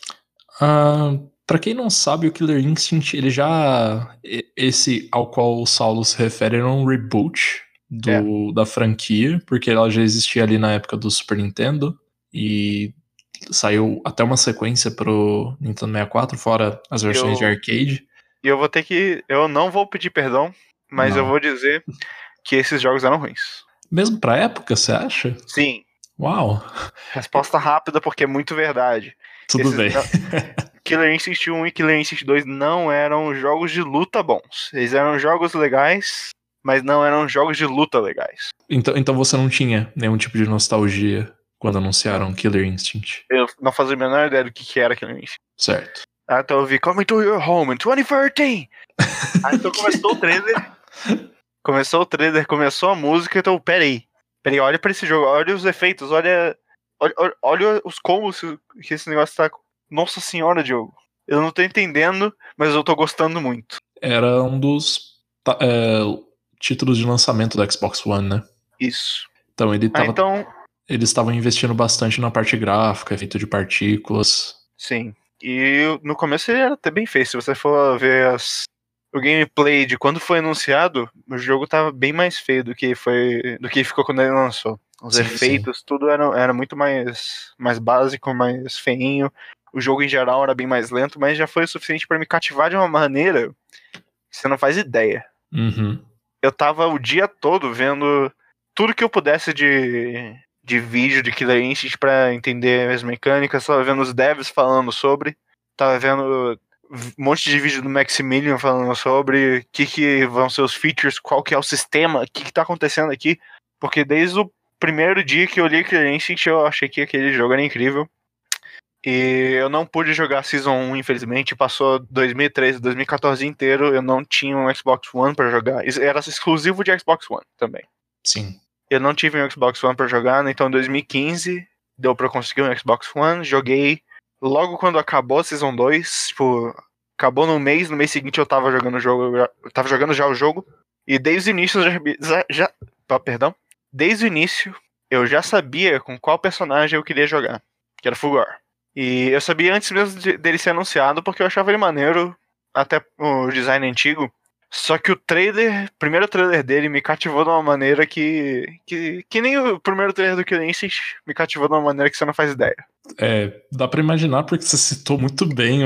Pra quem não sabe, o Killer Instinct, ele já... Esse ao qual o Saulo se refere era um reboot da franquia, porque ela já existia ali na época do Super Nintendo, e saiu até uma sequência pro Nintendo 64, fora as versões de arcade. E eu vou ter que... Eu não vou pedir perdão, mas eu vou dizer que esses jogos eram ruins. Mesmo pra época, você acha? Sim. Uau. Resposta rápida, porque é muito verdade. Tudo bem. Killer Instinct 1 e Killer Instinct 2 não eram jogos de luta bons. Eles eram jogos legais, mas não eram jogos de luta legais. Então você não tinha nenhum tipo de nostalgia quando anunciaram Killer Instinct? Eu não fazia a menor ideia do que era Killer Instinct. Certo. Então eu vi Coming to Your Home in 2013. Aí então começou o trailer. Começou a música, então peraí, olha pra esse jogo, olha os efeitos, olha os combos que esse negócio tá... Nossa senhora, Diogo. Eu não tô entendendo, mas eu tô gostando muito. Era um dos títulos de lançamento do Xbox One, né? Isso. Então eles estavam investindo bastante na parte gráfica, efeito de partículas. Sim. E no começo ele era até bem feio. Se você for ver o gameplay de quando foi anunciado, o jogo tava bem mais feio do que ficou quando ele lançou. Os efeitos, tudo era muito mais básico, mais feinho. O jogo em geral era bem mais lento, mas já foi o suficiente pra me cativar de uma maneira que você não faz ideia. Uhum. Eu tava o dia todo vendo tudo que eu pudesse de vídeo de Killer Instinct pra entender as mecânicas. Tava vendo os devs falando sobre. Tava vendo um monte de vídeo do Maximilian falando sobre o que vão ser os features, qual que é o sistema, o que tá acontecendo aqui. Porque desde o primeiro dia que eu li Killer Instinct, eu achei que aquele jogo era incrível. E eu não pude jogar Season 1, infelizmente. Passou 2013, 2014 inteiro. Eu não tinha um Xbox One pra jogar. Era exclusivo de Xbox One também. Sim. Eu não tive um Xbox One pra jogar, então em 2015 deu pra conseguir um Xbox One. Joguei logo quando acabou a Season 2, tipo, acabou no mês seguinte eu tava jogando o jogo, eu tava jogando já o jogo, e desde o início perdão, desde o início eu já sabia com qual personagem eu queria jogar, que era o Fulgor. E eu sabia antes mesmo dele ser anunciado, porque eu achava ele maneiro, até o design antigo. Só que o primeiro trailer dele me cativou de uma maneira que nem o primeiro trailer do Killer Instinct me cativou de uma maneira que você não faz ideia. Dá pra imaginar porque você citou muito bem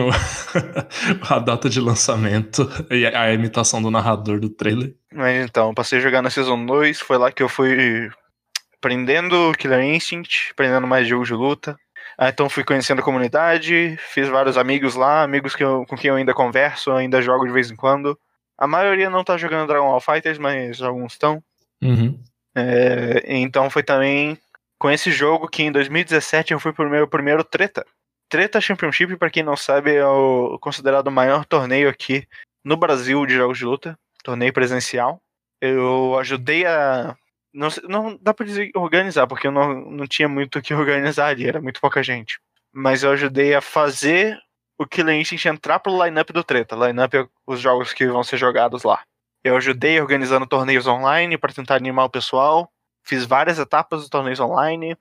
a data de lançamento e a imitação do narrador do trailer. Mas então, passei a jogar na Season 2, foi lá que eu fui aprendendo Killer Instinct, aprendendo mais jogos de luta. Então fui conhecendo a comunidade, fiz vários amigos lá, amigos com quem eu ainda converso, ainda jogo de vez em quando. A maioria não tá jogando Dragon Ball FighterZ, mas alguns estão. Uhum. Então foi também com esse jogo que em 2017 eu fui pro meu primeiro Treta. Treta Championship, pra quem não sabe, é o considerado o maior torneio aqui no Brasil de jogos de luta. Torneio presencial. Eu ajudei a... Não dá pra dizer organizar, porque eu não tinha muito o que organizar ali, era muito pouca gente. Mas eu ajudei a fazer o Killer Instinct entrar pro line-up do Treta. Line-up é os jogos que vão ser jogados lá. Eu ajudei organizando torneios online para tentar animar o pessoal. Fiz várias etapas dos torneios online.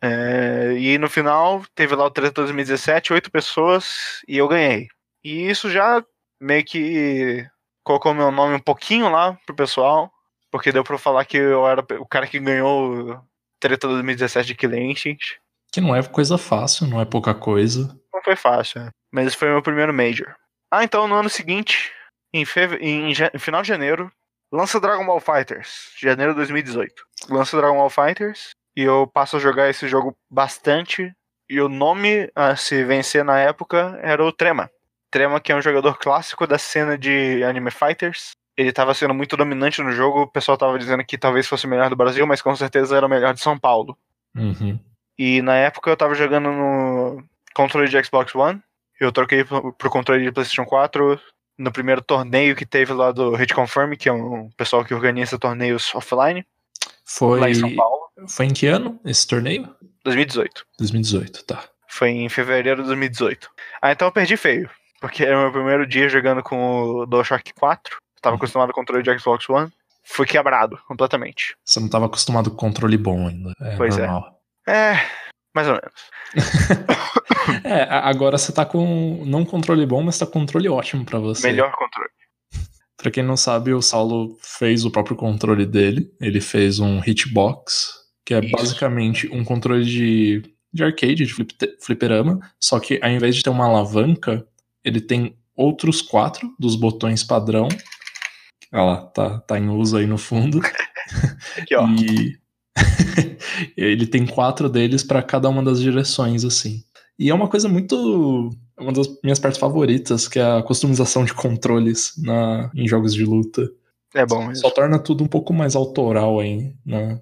E no final, teve lá o Treta 2017, 8 pessoas, e eu ganhei. E isso já meio que colocou meu nome um pouquinho lá pro pessoal, porque deu pra falar que eu era o cara que ganhou o Treta 2017 de Killer Instinct. Que não é coisa fácil, não é pouca coisa. Não foi fácil, mas esse foi meu primeiro Major. Então no ano seguinte, em final de janeiro, lança Dragon Ball FighterZ, janeiro de 2018. Lança Dragon Ball FighterZ e eu passo a jogar esse jogo bastante. E o nome a se vencer na época era o Trema. Trema, que é um jogador clássico da cena de Anime Fighters. Ele estava sendo muito dominante no jogo. O pessoal estava dizendo que talvez fosse o melhor do Brasil, mas com certeza era o melhor de São Paulo. Uhum. E na época eu estava jogando no controle de Xbox One. Eu troquei pro controle de PlayStation 4 no primeiro torneio que teve lá do Hit Confirm, que é um pessoal que organiza torneios offline. Lá em São Paulo. Foi em que ano esse torneio? 2018. 2018, tá. Foi em fevereiro de 2018. Então eu perdi feio, porque era o meu primeiro dia jogando com o DualShock 4. Tava acostumado com o controle de Xbox One. Fui quebrado completamente. Você não tava acostumado com controle bom ainda. Pois normal. Mais ou menos. Agora você tá com não controle bom, mas tá com controle ótimo pra você. Melhor controle. Pra quem não sabe, o Saulo fez o próprio controle dele. Ele fez um Hitbox, que é basicamente um controle de arcade, de fliperama, só que ao invés de ter uma alavanca, ele tem outros 4 dos botões padrão. Olha lá, tá em uso aí no fundo. Aqui, ó. E ele tem 4 deles pra cada uma das direções, assim. E é uma coisa muito... uma das minhas partes favoritas, que é a customização de controles em jogos de luta. É bom mesmo. Só torna tudo um pouco mais autoral aí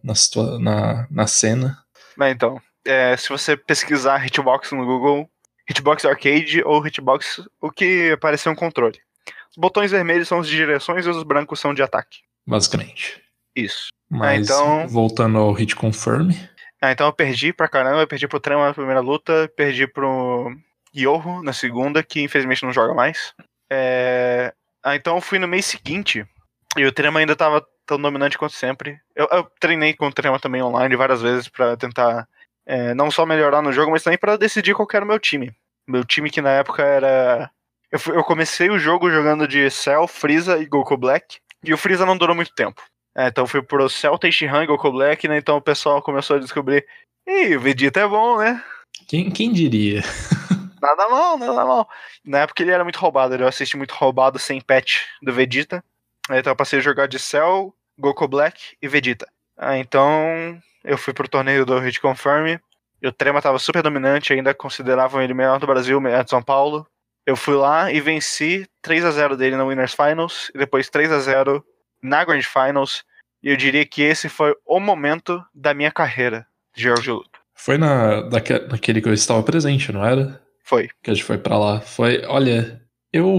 na cena. Mas então, se você pesquisar Hitbox no Google, Hitbox Arcade ou Hitbox, o que aparece é um controle. Os botões vermelhos são os de direções e os brancos são de ataque. Basicamente. Isso. Mas voltando ao Hit Confirm. Então eu perdi pra caramba, eu perdi pro Trema na primeira luta, perdi pro Yoho na segunda, que infelizmente não joga mais. Então eu fui no mês seguinte, e o Trema ainda tava tão dominante quanto sempre. Eu treinei com o Trema também online várias vezes pra tentar não só melhorar no jogo, mas também pra decidir qual era o meu time. Meu time que na época era... Eu comecei o jogo jogando de Cell, Freeza e Goku Black, e o Freeza não durou muito tempo. Então fui pro Cell, Tenshinhan e Goku Black, né? Então o pessoal começou a descobrir: o Vegeta é bom, né? Quem diria? Nada mal. Na época ele era muito roubado, eu assisti muito roubado sem patch do Vegeta. Então eu passei a jogar de Cell, Goku Black e Vegeta. Então eu fui pro torneio do Hit Confirm. E o Trema tava super dominante, ainda consideravam ele melhor do Brasil, melhor de São Paulo. Eu fui lá e venci 3-0 dele na Winners Finals, e depois 3-0 na Grand Finals, e eu diria que esse foi o momento da minha carreira de jogos de luta. Foi naquele que eu estava presente, não era? Foi. Que a gente foi pra lá. Olha, eu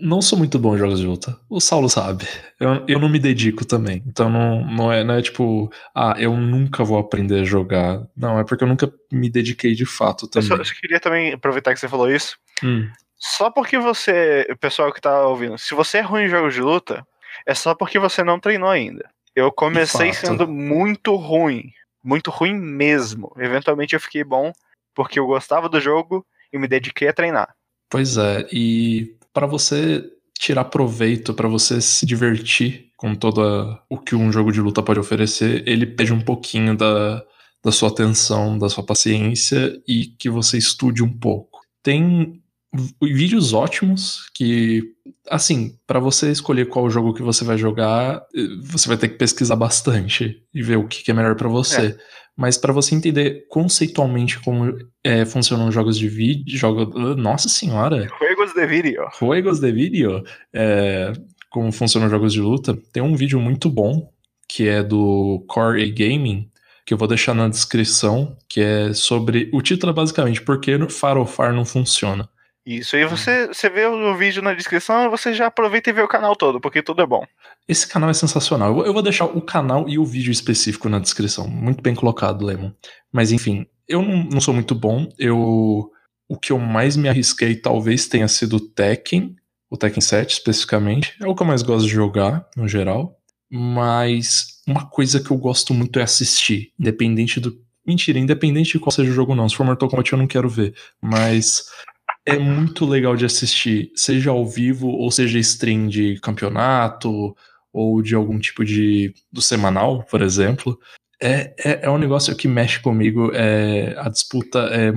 não sou muito bom em jogos de luta. O Saulo sabe. Eu não me dedico também. Então não é tipo, eu nunca vou aprender a jogar. Não, é porque eu nunca me dediquei de fato também. Eu só queria também aproveitar que você falou isso. Hum. Só porque você, o pessoal que tá ouvindo, se você é ruim em jogos de luta, é só porque você não treinou ainda. Eu comecei sendo muito ruim mesmo. Eventualmente eu fiquei bom porque eu gostava do jogo e me dediquei a treinar. Pois é, e para você tirar proveito, para você se divertir com todo o que um jogo de luta pode oferecer, ele pede um pouquinho da sua atenção, da sua paciência e que você estude um pouco. Tem vídeos ótimos que, assim, para você escolher qual jogo que você vai jogar, você vai ter que pesquisar bastante e ver o que é melhor para você. Mas para você entender conceitualmente como funcionam jogos de vídeo, nossa senhora! Juegos de vídeo. Juegos de vídeo, como funcionam jogos de luta, tem um vídeo muito bom que é do Core A Gaming, que eu vou deixar na descrição, que é sobre... O título é basicamente Por que Farofar não funciona. Isso, e você vê o vídeo na descrição e você já aproveita e vê o canal todo, porque tudo é bom. Esse canal é sensacional. Eu vou deixar o canal e o vídeo específico na descrição. Muito bem colocado, Lemon. Mas enfim, eu não sou muito bom. O que eu mais me arrisquei talvez tenha sido o Tekken 7 especificamente. É o que eu mais gosto de jogar, no geral. Mas uma coisa que eu gosto muito é assistir. Independente de qual seja o jogo não. Se for Mortal Kombat eu não quero ver. Mas... é muito legal de assistir, seja ao vivo ou seja stream de campeonato ou de algum tipo do semanal, por exemplo. É um negócio que mexe comigo. A disputa é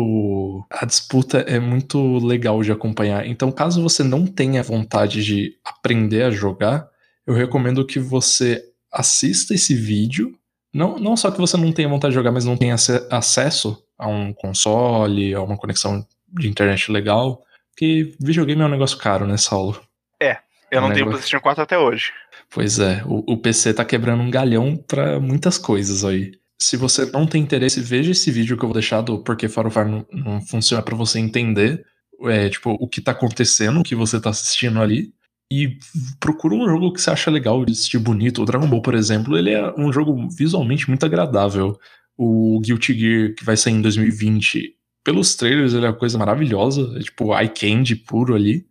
muito legal de acompanhar. Então, caso você não tenha vontade de aprender a jogar, eu recomendo que você assista esse vídeo. Não só que você não tenha vontade de jogar, mas não tenha acesso a um console, a uma conexão de internet legal, porque videogame é um negócio caro, né, Saulo? Eu não tenho PlayStation 4 até hoje. Pois é, o PC tá quebrando um galhão pra muitas coisas aí. Se você não tem interesse, veja esse vídeo que eu vou deixar do Porquê Farofar não funciona pra você entender tipo, o que tá acontecendo, o que você tá assistindo ali. E procura um jogo que você acha legal, de assistir bonito. O Dragon Ball, por exemplo, ele é um jogo visualmente muito agradável. O Guilty Gear, que vai sair em 2020, pelos trailers ele é uma coisa maravilhosa, é tipo eye candy puro ali.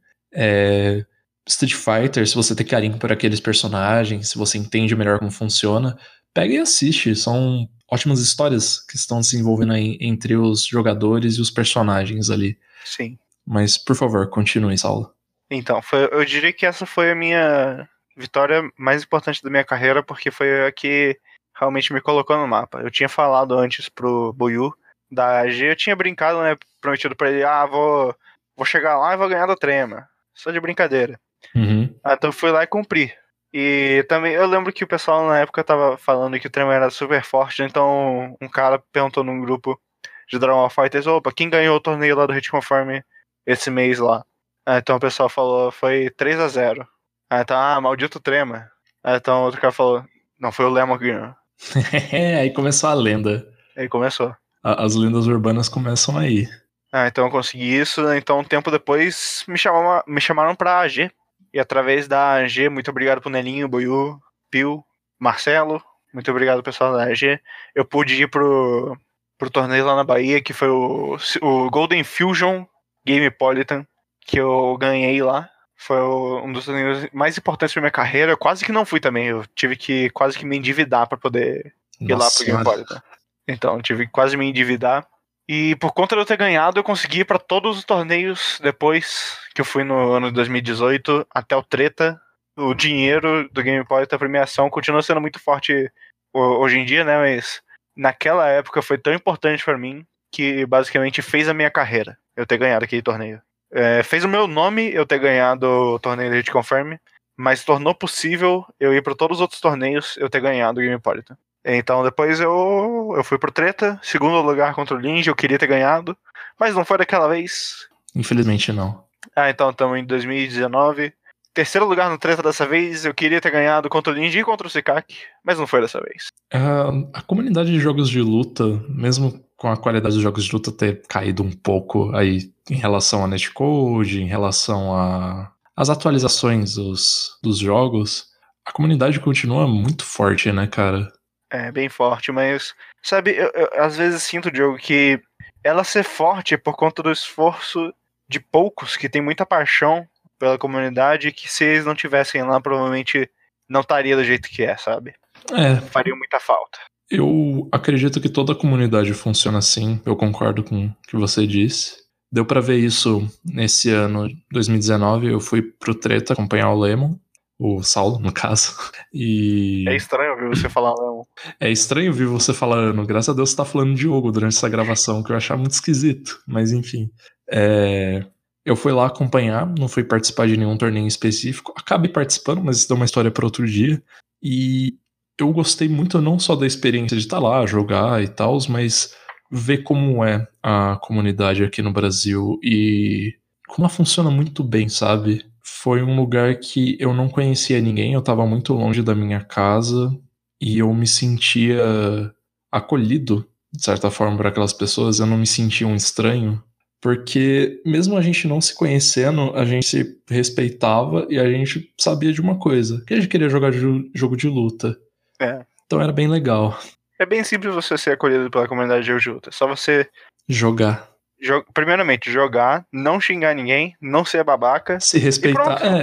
Street Fighter, se você tem carinho por aqueles personagens, se você entende melhor como funciona, pega e assiste. São ótimas histórias que estão se envolvendo aí entre os jogadores e os personagens ali. Sim. Mas, por favor, continue, Saulo. Então, eu diria que essa foi a minha vitória mais importante da minha carreira, porque foi a que realmente me colocou no mapa. Eu tinha falado antes pro Buiu da AG, eu tinha brincado, né, prometido pra ele, vou chegar lá e vou ganhar da Trema. Só de brincadeira. Uhum. Então eu fui lá e cumpri. E também eu lembro que o pessoal na época tava falando que o Trema era super forte, então um cara perguntou num grupo de Dragon Ball Fighters, quem ganhou o torneio lá do Hit Confirm esse mês lá? Então o pessoal falou, foi 3-0. Então, maldito Trema. Então outro cara falou, não, foi o Lemon que ganhou. Aí começou a lenda. Aí começou. As lendas urbanas começam aí. Então eu consegui isso, então um tempo depois me chamaram pra AG. E através da AG, muito obrigado pro Nelinho, Boiú, Pio, Marcelo, muito obrigado pessoal da AG. Eu pude ir pro torneio lá na Bahia, que foi o Golden Fusion Gamepolitan, que eu ganhei lá. Foi um dos torneios mais importantes pra minha carreira. Eu quase que não fui também, eu tive que quase que me endividar pra poder ir lá pro Gamepolitan. Então, eu tive que quase me endividar. E por conta de eu ter ganhado, eu consegui ir pra todos os torneios depois que eu fui no ano de 2018, até o Treta. O dinheiro do Game Point, a premiação, continua sendo muito forte hoje em dia, né? Mas naquela época foi tão importante pra mim que basicamente fez a minha carreira eu ter ganhado aquele torneio. Fez o meu nome eu ter ganhado o torneio de Hit Confirm, mas tornou possível eu ir pra todos os outros torneios eu ter ganhado o Game Point. Então depois eu fui pro Treta, segundo lugar contra o Linge, eu queria ter ganhado, mas não foi daquela vez. Infelizmente não. Então estamos em 2019. Terceiro lugar no Treta dessa vez, eu queria ter ganhado contra o Linge e contra o Sikak, mas não foi dessa vez. A comunidade de jogos de luta, mesmo com a qualidade dos jogos de luta ter caído um pouco aí em relação a netcode, em relação as atualizações dos jogos, a comunidade continua muito forte, né, cara? É, bem forte, mas, sabe, eu às vezes sinto, Diogo, que ela ser forte é por conta do esforço de poucos que tem muita paixão pela comunidade, que se eles não tivessem lá, provavelmente não estaria do jeito que é, sabe? É, Faria muita falta. eu acredito que toda a comunidade funciona assim, eu concordo com o que você disse. Deu pra ver isso nesse ano, 2019, eu fui pro Treta acompanhar o Lemon, o Saulo, no caso, É e estranho ouvir você falar, não. é estranho ouvir você falando, graças a Deus você tá falando Diogo durante essa gravação, que eu achava muito esquisito, mas enfim. Eu fui lá acompanhar, não fui participar de nenhum torneio específico, acabei participando, mas isso é uma história para outro dia, e eu gostei muito não só da experiência de estar lá, jogar e tal, mas ver como é a comunidade aqui no Brasil e como ela funciona muito bem, sabe? Foi um lugar que eu não conhecia ninguém, eu tava muito longe da minha casa, e eu me sentia acolhido, de certa forma, por aquelas pessoas. Eu não me sentia um estranho, porque mesmo a gente não se conhecendo, a gente se respeitava e a gente sabia de uma coisa, que a gente queria jogar jogo de luta. É. Então era bem legal É bem simples você ser acolhido pela comunidade de Jojuta. É só você, jogar. primeiramente, jogar, não xingar ninguém, não ser babaca, Se e respeitar. pronto.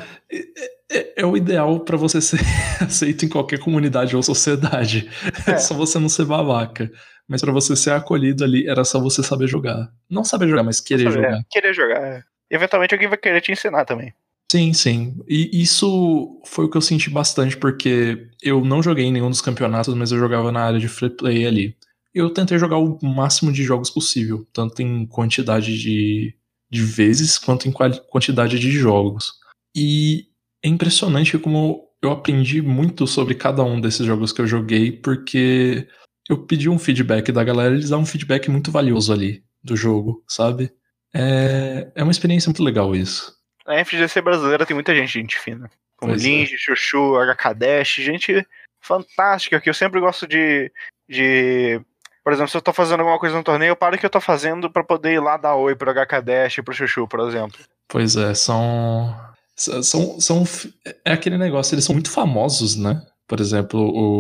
É o ideal pra você ser aceito em qualquer comunidade ou sociedade. É É, só você não ser babaca. Mas pra você ser acolhido ali, era só você saber jogar. Não saber jogar, mas só querer saber, jogar. querer jogar. É. Eventualmente alguém vai querer te ensinar também. Sim, sim. E isso foi o que eu senti bastante, porque eu não joguei em nenhum dos campeonatos, mas eu jogava na área de free play ali. Eu tentei jogar o máximo de jogos possível, tanto em quantidade de vezes quanto em quantidade de jogos. E é impressionante como eu aprendi muito sobre cada um desses jogos que eu joguei, porque eu pedi um feedback da galera, eles dão um feedback muito valioso ali do jogo, sabe? É uma experiência muito legal isso. Na FGC brasileira tem muita gente fina. Como Pois é. Linge, Chuchu, HKDash, gente fantástica, que eu sempre gosto de. Por exemplo, se eu tô fazendo alguma coisa no torneio, eu paro o que eu tô fazendo pra poder ir lá dar oi pro HKDash e pro Chuchu, por exemplo. Pois é, são. É aquele negócio, eles são muito famosos, né? Por exemplo,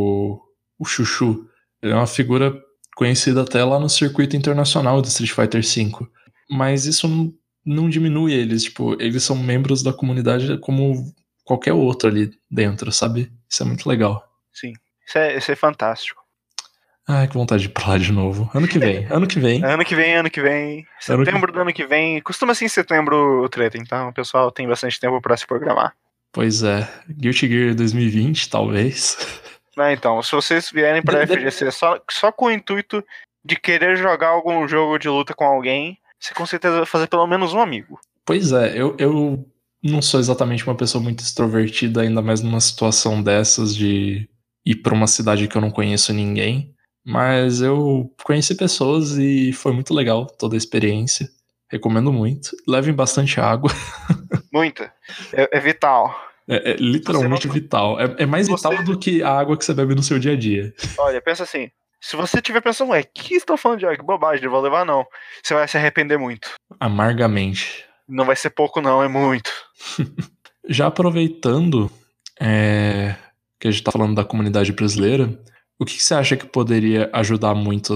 o Chuchu. Ele é uma figura conhecida até lá no circuito internacional do Street Fighter V. Mas isso não diminui eles. Tipo, eles são membros da comunidade como qualquer outro ali dentro, sabe? Isso é muito legal. Sim. Isso é fantástico. Ai, que vontade de ir pra lá de novo. Ano que vem, ano que vem. Ano que vem. Ano que... Setembro do ano que vem. Costuma ser em setembro o treta, então o pessoal tem bastante tempo pra se programar. Pois é, Guilty Gear 2020, talvez. Então, se vocês vierem pra FGC só com o intuito de querer jogar algum jogo de luta com alguém, você com certeza vai fazer pelo menos um amigo. Pois é, eu não sou exatamente uma pessoa muito extrovertida, ainda mais numa situação dessas de ir pra uma cidade que eu não conheço ninguém. Mas eu conheci pessoas e foi muito legal toda a experiência. Recomendo muito. Levem bastante água. Muita. É vital. É Você não. literalmente vital. É mais Você, vital do que a água que você bebe no seu dia a dia. olha, pensa assim. Se você estiver pensando, ué, que estão falando de água? Que bobagem, não vou levar não. Você vai se arrepender muito. Amargamente. Não vai ser pouco, não, é muito. Já aproveitando que a gente tá falando da comunidade brasileira, o que você acha que poderia ajudar muito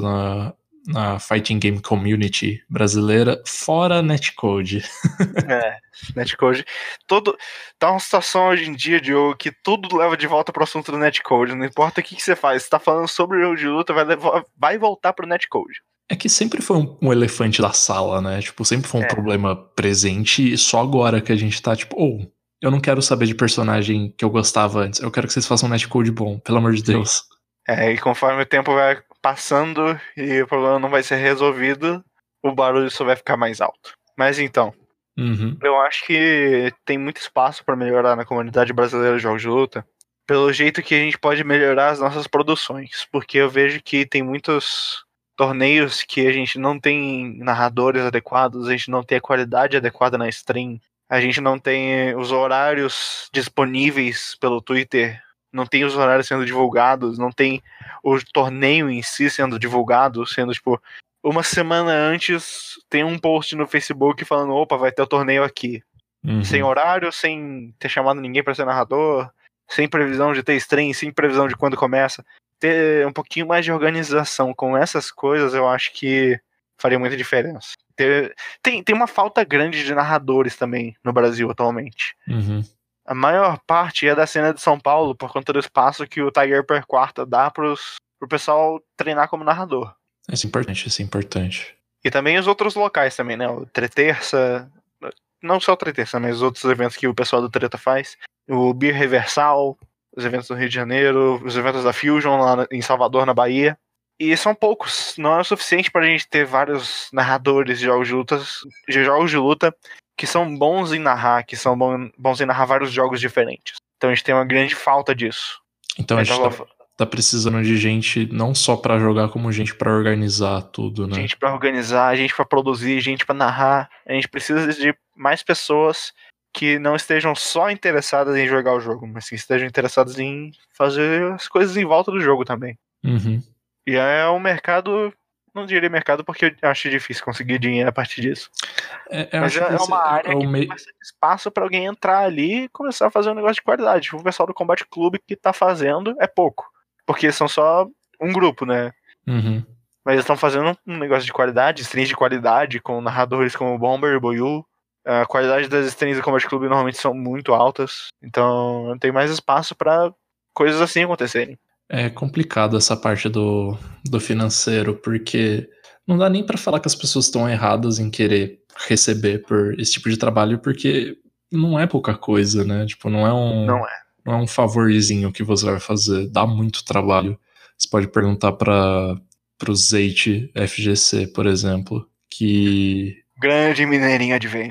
na fighting game community brasileira, fora netcode? É, netcode. Todo, tá uma situação hoje em dia, Diogo, que tudo leva de volta pro assunto do netcode. Não importa o que você faz. Você tá falando sobre o jogo de luta, vai voltar pro netcode. É que sempre foi um elefante da sala, né? Tipo, sempre foi um É, problema presente e só agora que a gente tá, tipo, eu não quero saber de personagem que eu gostava antes, eu quero que vocês façam um netcode bom, pelo amor de Deus. e conforme o tempo vai passando e o problema não vai ser resolvido, o barulho só vai ficar mais alto. Mas então, Uhum. eu acho que tem muito espaço para melhorar na comunidade brasileira de jogos de luta, pelo jeito que a gente pode melhorar as nossas produções, porque eu vejo que tem muitos torneios que a gente não tem narradores adequados, a gente não tem a qualidade adequada na stream, a gente não tem os horários disponíveis pelo Twitter, não tem os horários sendo divulgados, não tem o torneio em si sendo divulgado, sendo tipo uma semana antes tem um post no Facebook falando, opa, vai ter o torneio aqui. Sem horário, sem ter chamado ninguém pra ser narrador, sem previsão de ter stream, sem previsão de quando começa. Ter um pouquinho mais de organização com essas coisas, eu acho que faria muita diferença. Tem uma falta grande de narradores também no Brasil atualmente. A maior parte é da cena de São Paulo por conta do espaço que o Tiger per Quarta dá pro pessoal treinar como narrador. Isso é importante. E também os outros locais também, né? O Treterça, não só o Treterça, mas os outros eventos que o pessoal do Treta faz. O Beer Reversal, os eventos do Rio de Janeiro, os eventos da Fusion lá em Salvador, na Bahia. E são poucos, não é o suficiente pra gente ter vários narradores de jogos de luta que são bons em narrar, que são bons em narrar vários jogos diferentes. Então a gente tem uma grande falta disso. Então a gente tá precisando de gente não só pra jogar, como gente pra organizar tudo, né? Gente pra organizar, gente pra produzir, gente pra narrar. A gente precisa de mais pessoas que não estejam só interessadas em jogar o jogo, mas que estejam interessadas em fazer as coisas em volta do jogo também. E é um mercado, não diria mercado porque eu acho difícil conseguir dinheiro a partir disso. Mas é uma área que tem bastante espaço pra alguém entrar ali e começar a fazer um negócio de qualidade. O pessoal do Combat Club que tá fazendo é pouco, porque são só um grupo, né? Mas eles estão fazendo um negócio de qualidade, streams de qualidade, com narradores como o Bomber e o Boyu. A qualidade das streams do Combat Club normalmente são muito altas, então tem mais espaço pra coisas assim acontecerem. É complicado essa parte do financeiro, porque não dá nem pra falar que as pessoas estão erradas em querer receber por esse tipo de trabalho, porque não é pouca coisa, né? Tipo, não é um favorzinho que você vai fazer, dá muito trabalho. Você pode perguntar pro Zate FGC, por exemplo, que... Grande Mineirinho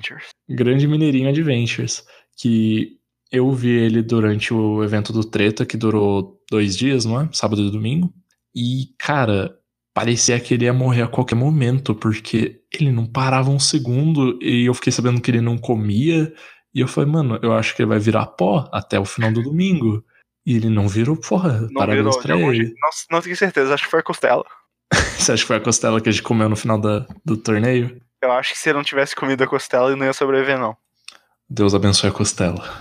Adventures, que eu vi ele durante o evento do Treta, que durou 2 dias, não é? Sábado e domingo. E, cara, parecia que ele ia morrer a qualquer momento, porque ele não parava um segundo, e eu fiquei sabendo que ele não comia, e eu falei, mano, eu acho que ele vai virar pó até o final do domingo. E ele não virou, porra, não parabéns pra ele. Não tenho certeza, acho que foi a costela. Você acha que foi a costela que a gente comeu no final do torneio? Eu acho que se ele não tivesse comido a costela, ele não ia sobreviver, não. Deus abençoe a costela.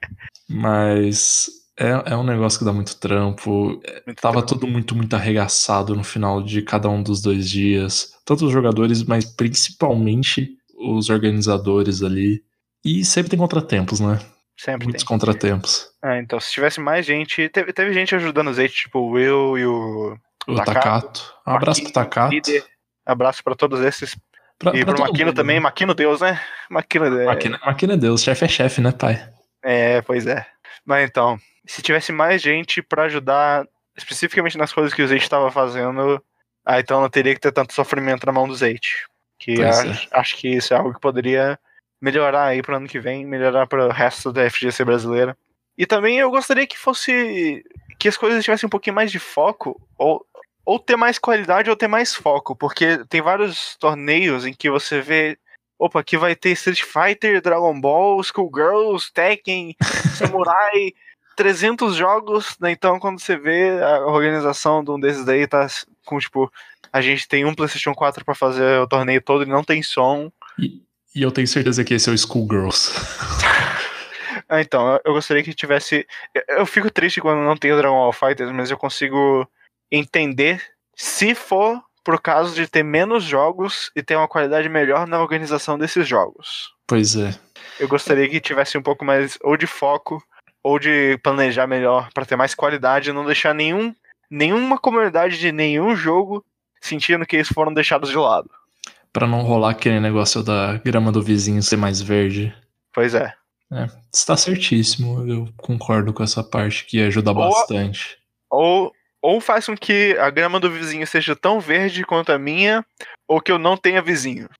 Mas é um negócio que dá muito trampo. Tava tudo muito arregaçado no final de cada um dos 2 dias. Tanto os jogadores, mas principalmente os organizadores ali. E sempre tem contratempos, né? Muitos contratempos. Então, se tivesse mais gente... Teve gente ajudando o Zete, tipo o Will e o Takato. Um abraço pro Takato. Abraço pra todos esses. E pro Makino também. Né? Makino Deus, né? Makino é Deus. Chefe é chefe, né, pai? Pois é. Mas então, se tivesse mais gente pra ajudar especificamente nas coisas que o Zate tava fazendo, então não teria que ter tanto sofrimento na mão do Zate. Que acho que isso é algo que poderia melhorar aí pro ano que vem, melhorar pro resto da FGC brasileira. E também eu gostaria que as coisas tivessem um pouquinho mais de foco, ou ter mais qualidade ou ter mais foco, porque tem vários torneios em que você vê, opa, aqui vai ter Street Fighter, Dragon Ball, Schoolgirls, Tekken, Samurai, 300 jogos, né? Então quando você vê a organização de um desses daí tá com, tipo, a gente tem um PlayStation 4 pra fazer o torneio todo e não tem som. E eu tenho certeza que esse é o Schoolgirls. Então, eu gostaria que tivesse... Eu fico triste quando não tem o Dragon Ball FighterZ, mas eu consigo entender se for por causa de ter menos jogos e ter uma qualidade melhor na organização desses jogos. Pois é. Eu gostaria que tivesse um pouco mais ou de foco ou de planejar melhor para ter mais qualidade e não deixar nenhuma comunidade de nenhum jogo sentindo que eles foram deixados de lado. Pra não rolar aquele negócio da grama do vizinho ser mais verde. Pois é. Está certíssimo, eu concordo com essa parte que ajuda bastante. Ou faz com que a grama do vizinho seja tão verde quanto a minha, ou que eu não tenha vizinho.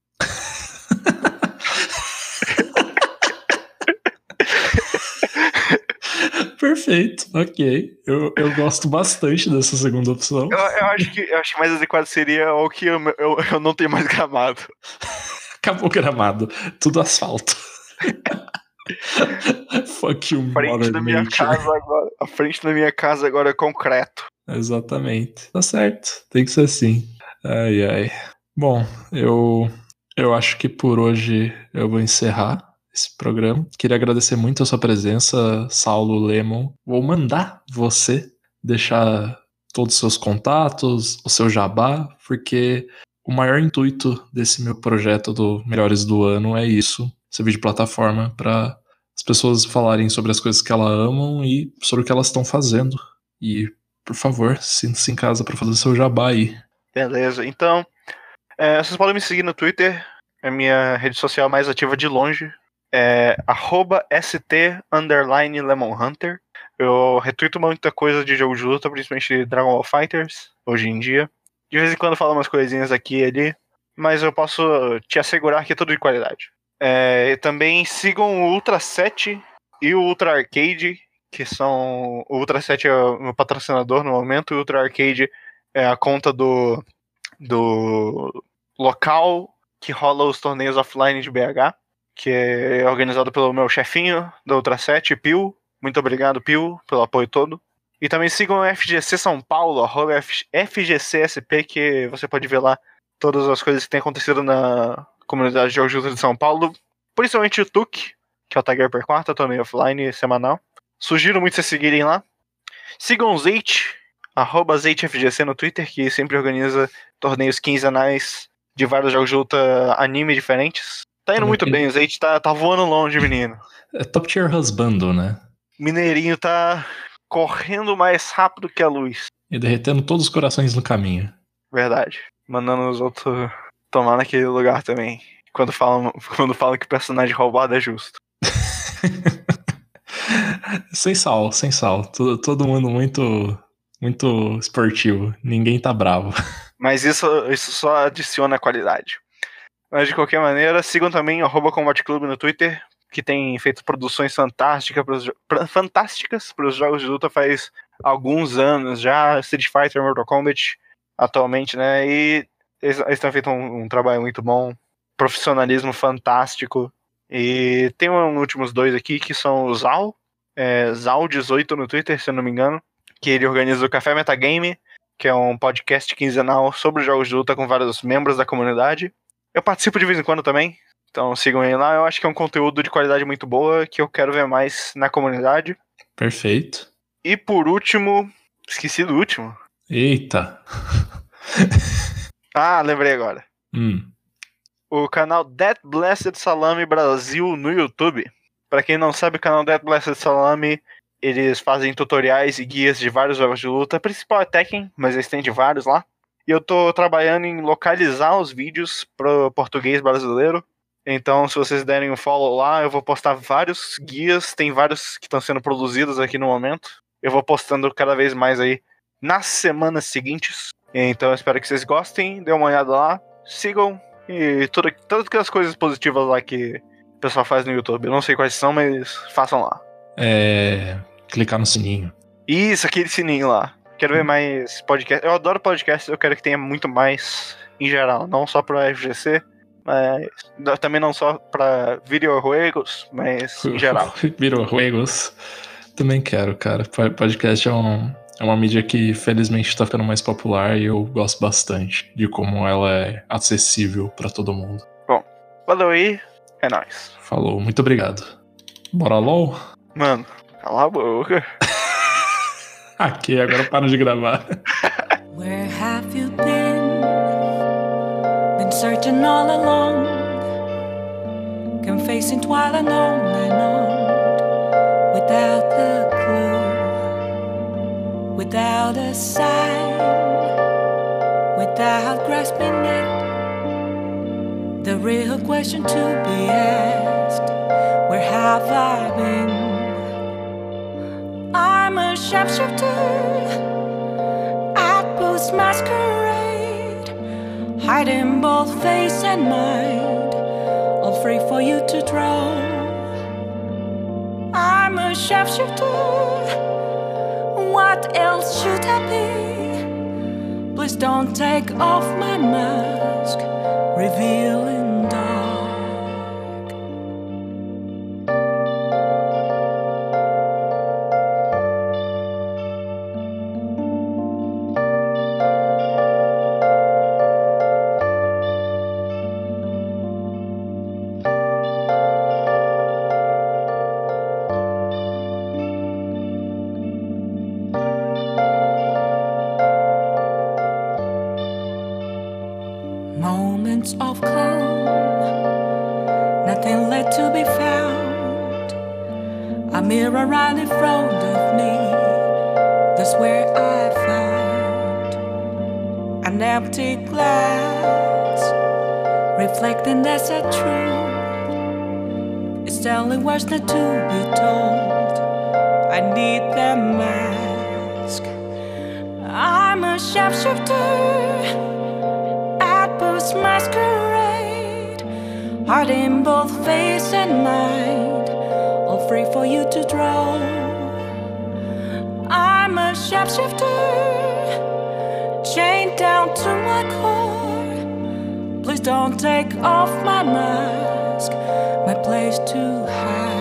Perfeito, ok. Eu gosto bastante dessa segunda opção. Eu acho que mais adequado seria ou que eu não tenho mais gramado. Acabou o gramado, tudo asfalto. Fuck you, Mother Nature. A frente da minha casa agora é concreto. Exatamente. Tá certo, tem que ser assim. Ai. Bom, eu acho que por hoje eu vou encerrar. esse programa. Queria agradecer muito a sua presença, Saulo Lemon. Vou mandar você deixar todos os seus contatos, o seu jabá, porque o maior intuito desse meu projeto do Melhores do Ano é isso, servir de plataforma para as pessoas falarem sobre as coisas que elas amam e sobre o que elas estão fazendo. E, por favor, sinta-se em casa para fazer o seu jabá aí. Beleza, então, vocês podem me seguir no Twitter, é a minha rede social mais ativa de longe, é @st_lemonhunter. Eu retuito muita coisa de jogo de luta, principalmente Dragon Ball FighterZ, hoje em dia. De vez em quando falo umas coisinhas aqui e ali, mas eu posso te assegurar que é tudo de qualidade. E também sigam o Ultra 7 e o Ultra Arcade, que são... O Ultra 7 é o meu patrocinador no momento, e o Ultra Arcade é a conta do local que rola os torneios offline de BH, que é organizado pelo meu chefinho da Ultra 7, Pio. Muito obrigado, Pio, pelo apoio todo. E também sigam o FGC São Paulo, @FGCSP, que você pode ver lá todas as coisas que tem acontecido na comunidade de jogos de luta de São Paulo, principalmente o TUC, que é o Tiger per Quarta, torneio offline semanal. Sugiro muito vocês seguirem lá. Sigam o Zeit, @ZeitFGC no Twitter, que sempre organiza torneios quinzenais de vários jogos de luta anime diferentes. Tá indo muito bem, o Zeit tá voando longe, menino. É top tier husbando, né? Mineirinho tá correndo mais rápido que a luz. E derretendo todos os corações no caminho. Verdade. Mandando os outros tomar naquele lugar também. Quando falam que o personagem roubado é justo. Sem sal, sem sal. Todo mundo muito esportivo. Ninguém tá bravo. Mas isso só adiciona qualidade. Mas de qualquer maneira, sigam também o @Combate Clube no Twitter, que tem feito produções fantásticas para os jogos de luta faz alguns anos já, Street Fighter, Mortal Kombat, atualmente, né? E eles têm feito um trabalho muito bom, profissionalismo fantástico. E tem últimos dois aqui que são o Zal, Zal18 no Twitter, se eu não me engano, que ele organiza o Café Metagame, que é um podcast quinzenal sobre jogos de luta com vários membros da comunidade. Eu participo de vez em quando também, então sigam ele lá. Eu acho que é um conteúdo de qualidade muito boa, que eu quero ver mais na comunidade. Perfeito. E por último, esqueci do último. Eita. Lembrei agora. O canal Dead Blessed Salami Brasil no YouTube. Pra quem não sabe, o canal Dead Blessed Salami, eles fazem tutoriais e guias de vários jogos de luta. O principal é Tekken, mas eles têm de vários lá. E eu tô trabalhando em localizar os vídeos pro português brasileiro. Então, se vocês derem um follow lá, eu vou postar vários guias. Tem vários que estão sendo produzidos aqui no momento. Eu vou postando cada vez mais aí nas semanas seguintes. Então, eu espero que vocês gostem. Dê uma olhada lá. Sigam. E todas aquelas coisas positivas lá que o pessoal faz no YouTube. Eu não sei quais são, mas façam lá. Clicar no sininho. Isso, aquele sininho lá. Quero ver mais podcasts. Eu adoro podcasts, eu quero que tenha muito mais em geral. Não só pro FGC, mas também não só pra videojuegos, mas em geral. Videojuegos. Também quero, cara. Podcast é uma mídia que felizmente tá ficando mais popular e eu gosto bastante de como ela é acessível pra todo mundo. Bom, valeu aí. É nóis. Falou, muito obrigado. Bora LOL? Mano, cala a boca. Aqui, agora para de gravar. Where have you been? Been searching all along. Confessing while alone and on. Without a clue. Without a sign. Without grasping it. The real question to be asked. Where have I been? I'm a sharpshooter at Booth's masquerade, hiding both face and mind, all free for you to draw. I'm a sharpshooter, what else should I be? Please don't take off my mask, revealing dark. moments of calm, nothing left to be found. A mirror right in front of me, that's where I found an empty glass, reflecting that's a truth. It's telling words not to be told. I need that mask. I'm a shapeshifter at Post Masquerade, heart in both face and mind, all free for you to draw. I'm a shapeshifter, chained down to my core. Please don't take off my mask, my place to hide.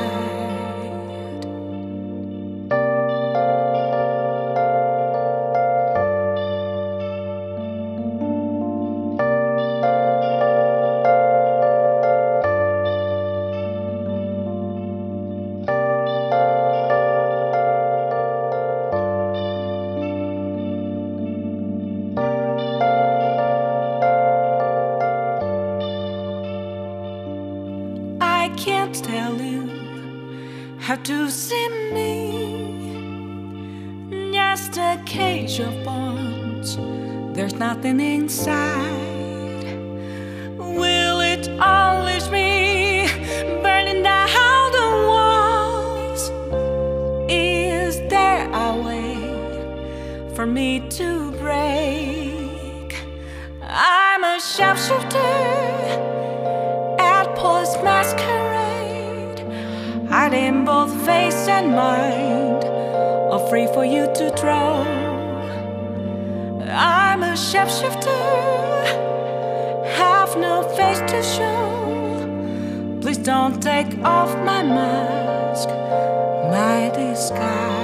I can't tell you how to see me, just a cage of bones, there's nothing inside. Will it unleash me, burning down the walls? Is there a way for me to break? I'm a shapeshifter at Post Masquerade, hiding both face and mind, all free for you to draw. I'm a shapeshifter, have no face to show. Please don't take off my mask, my disguise.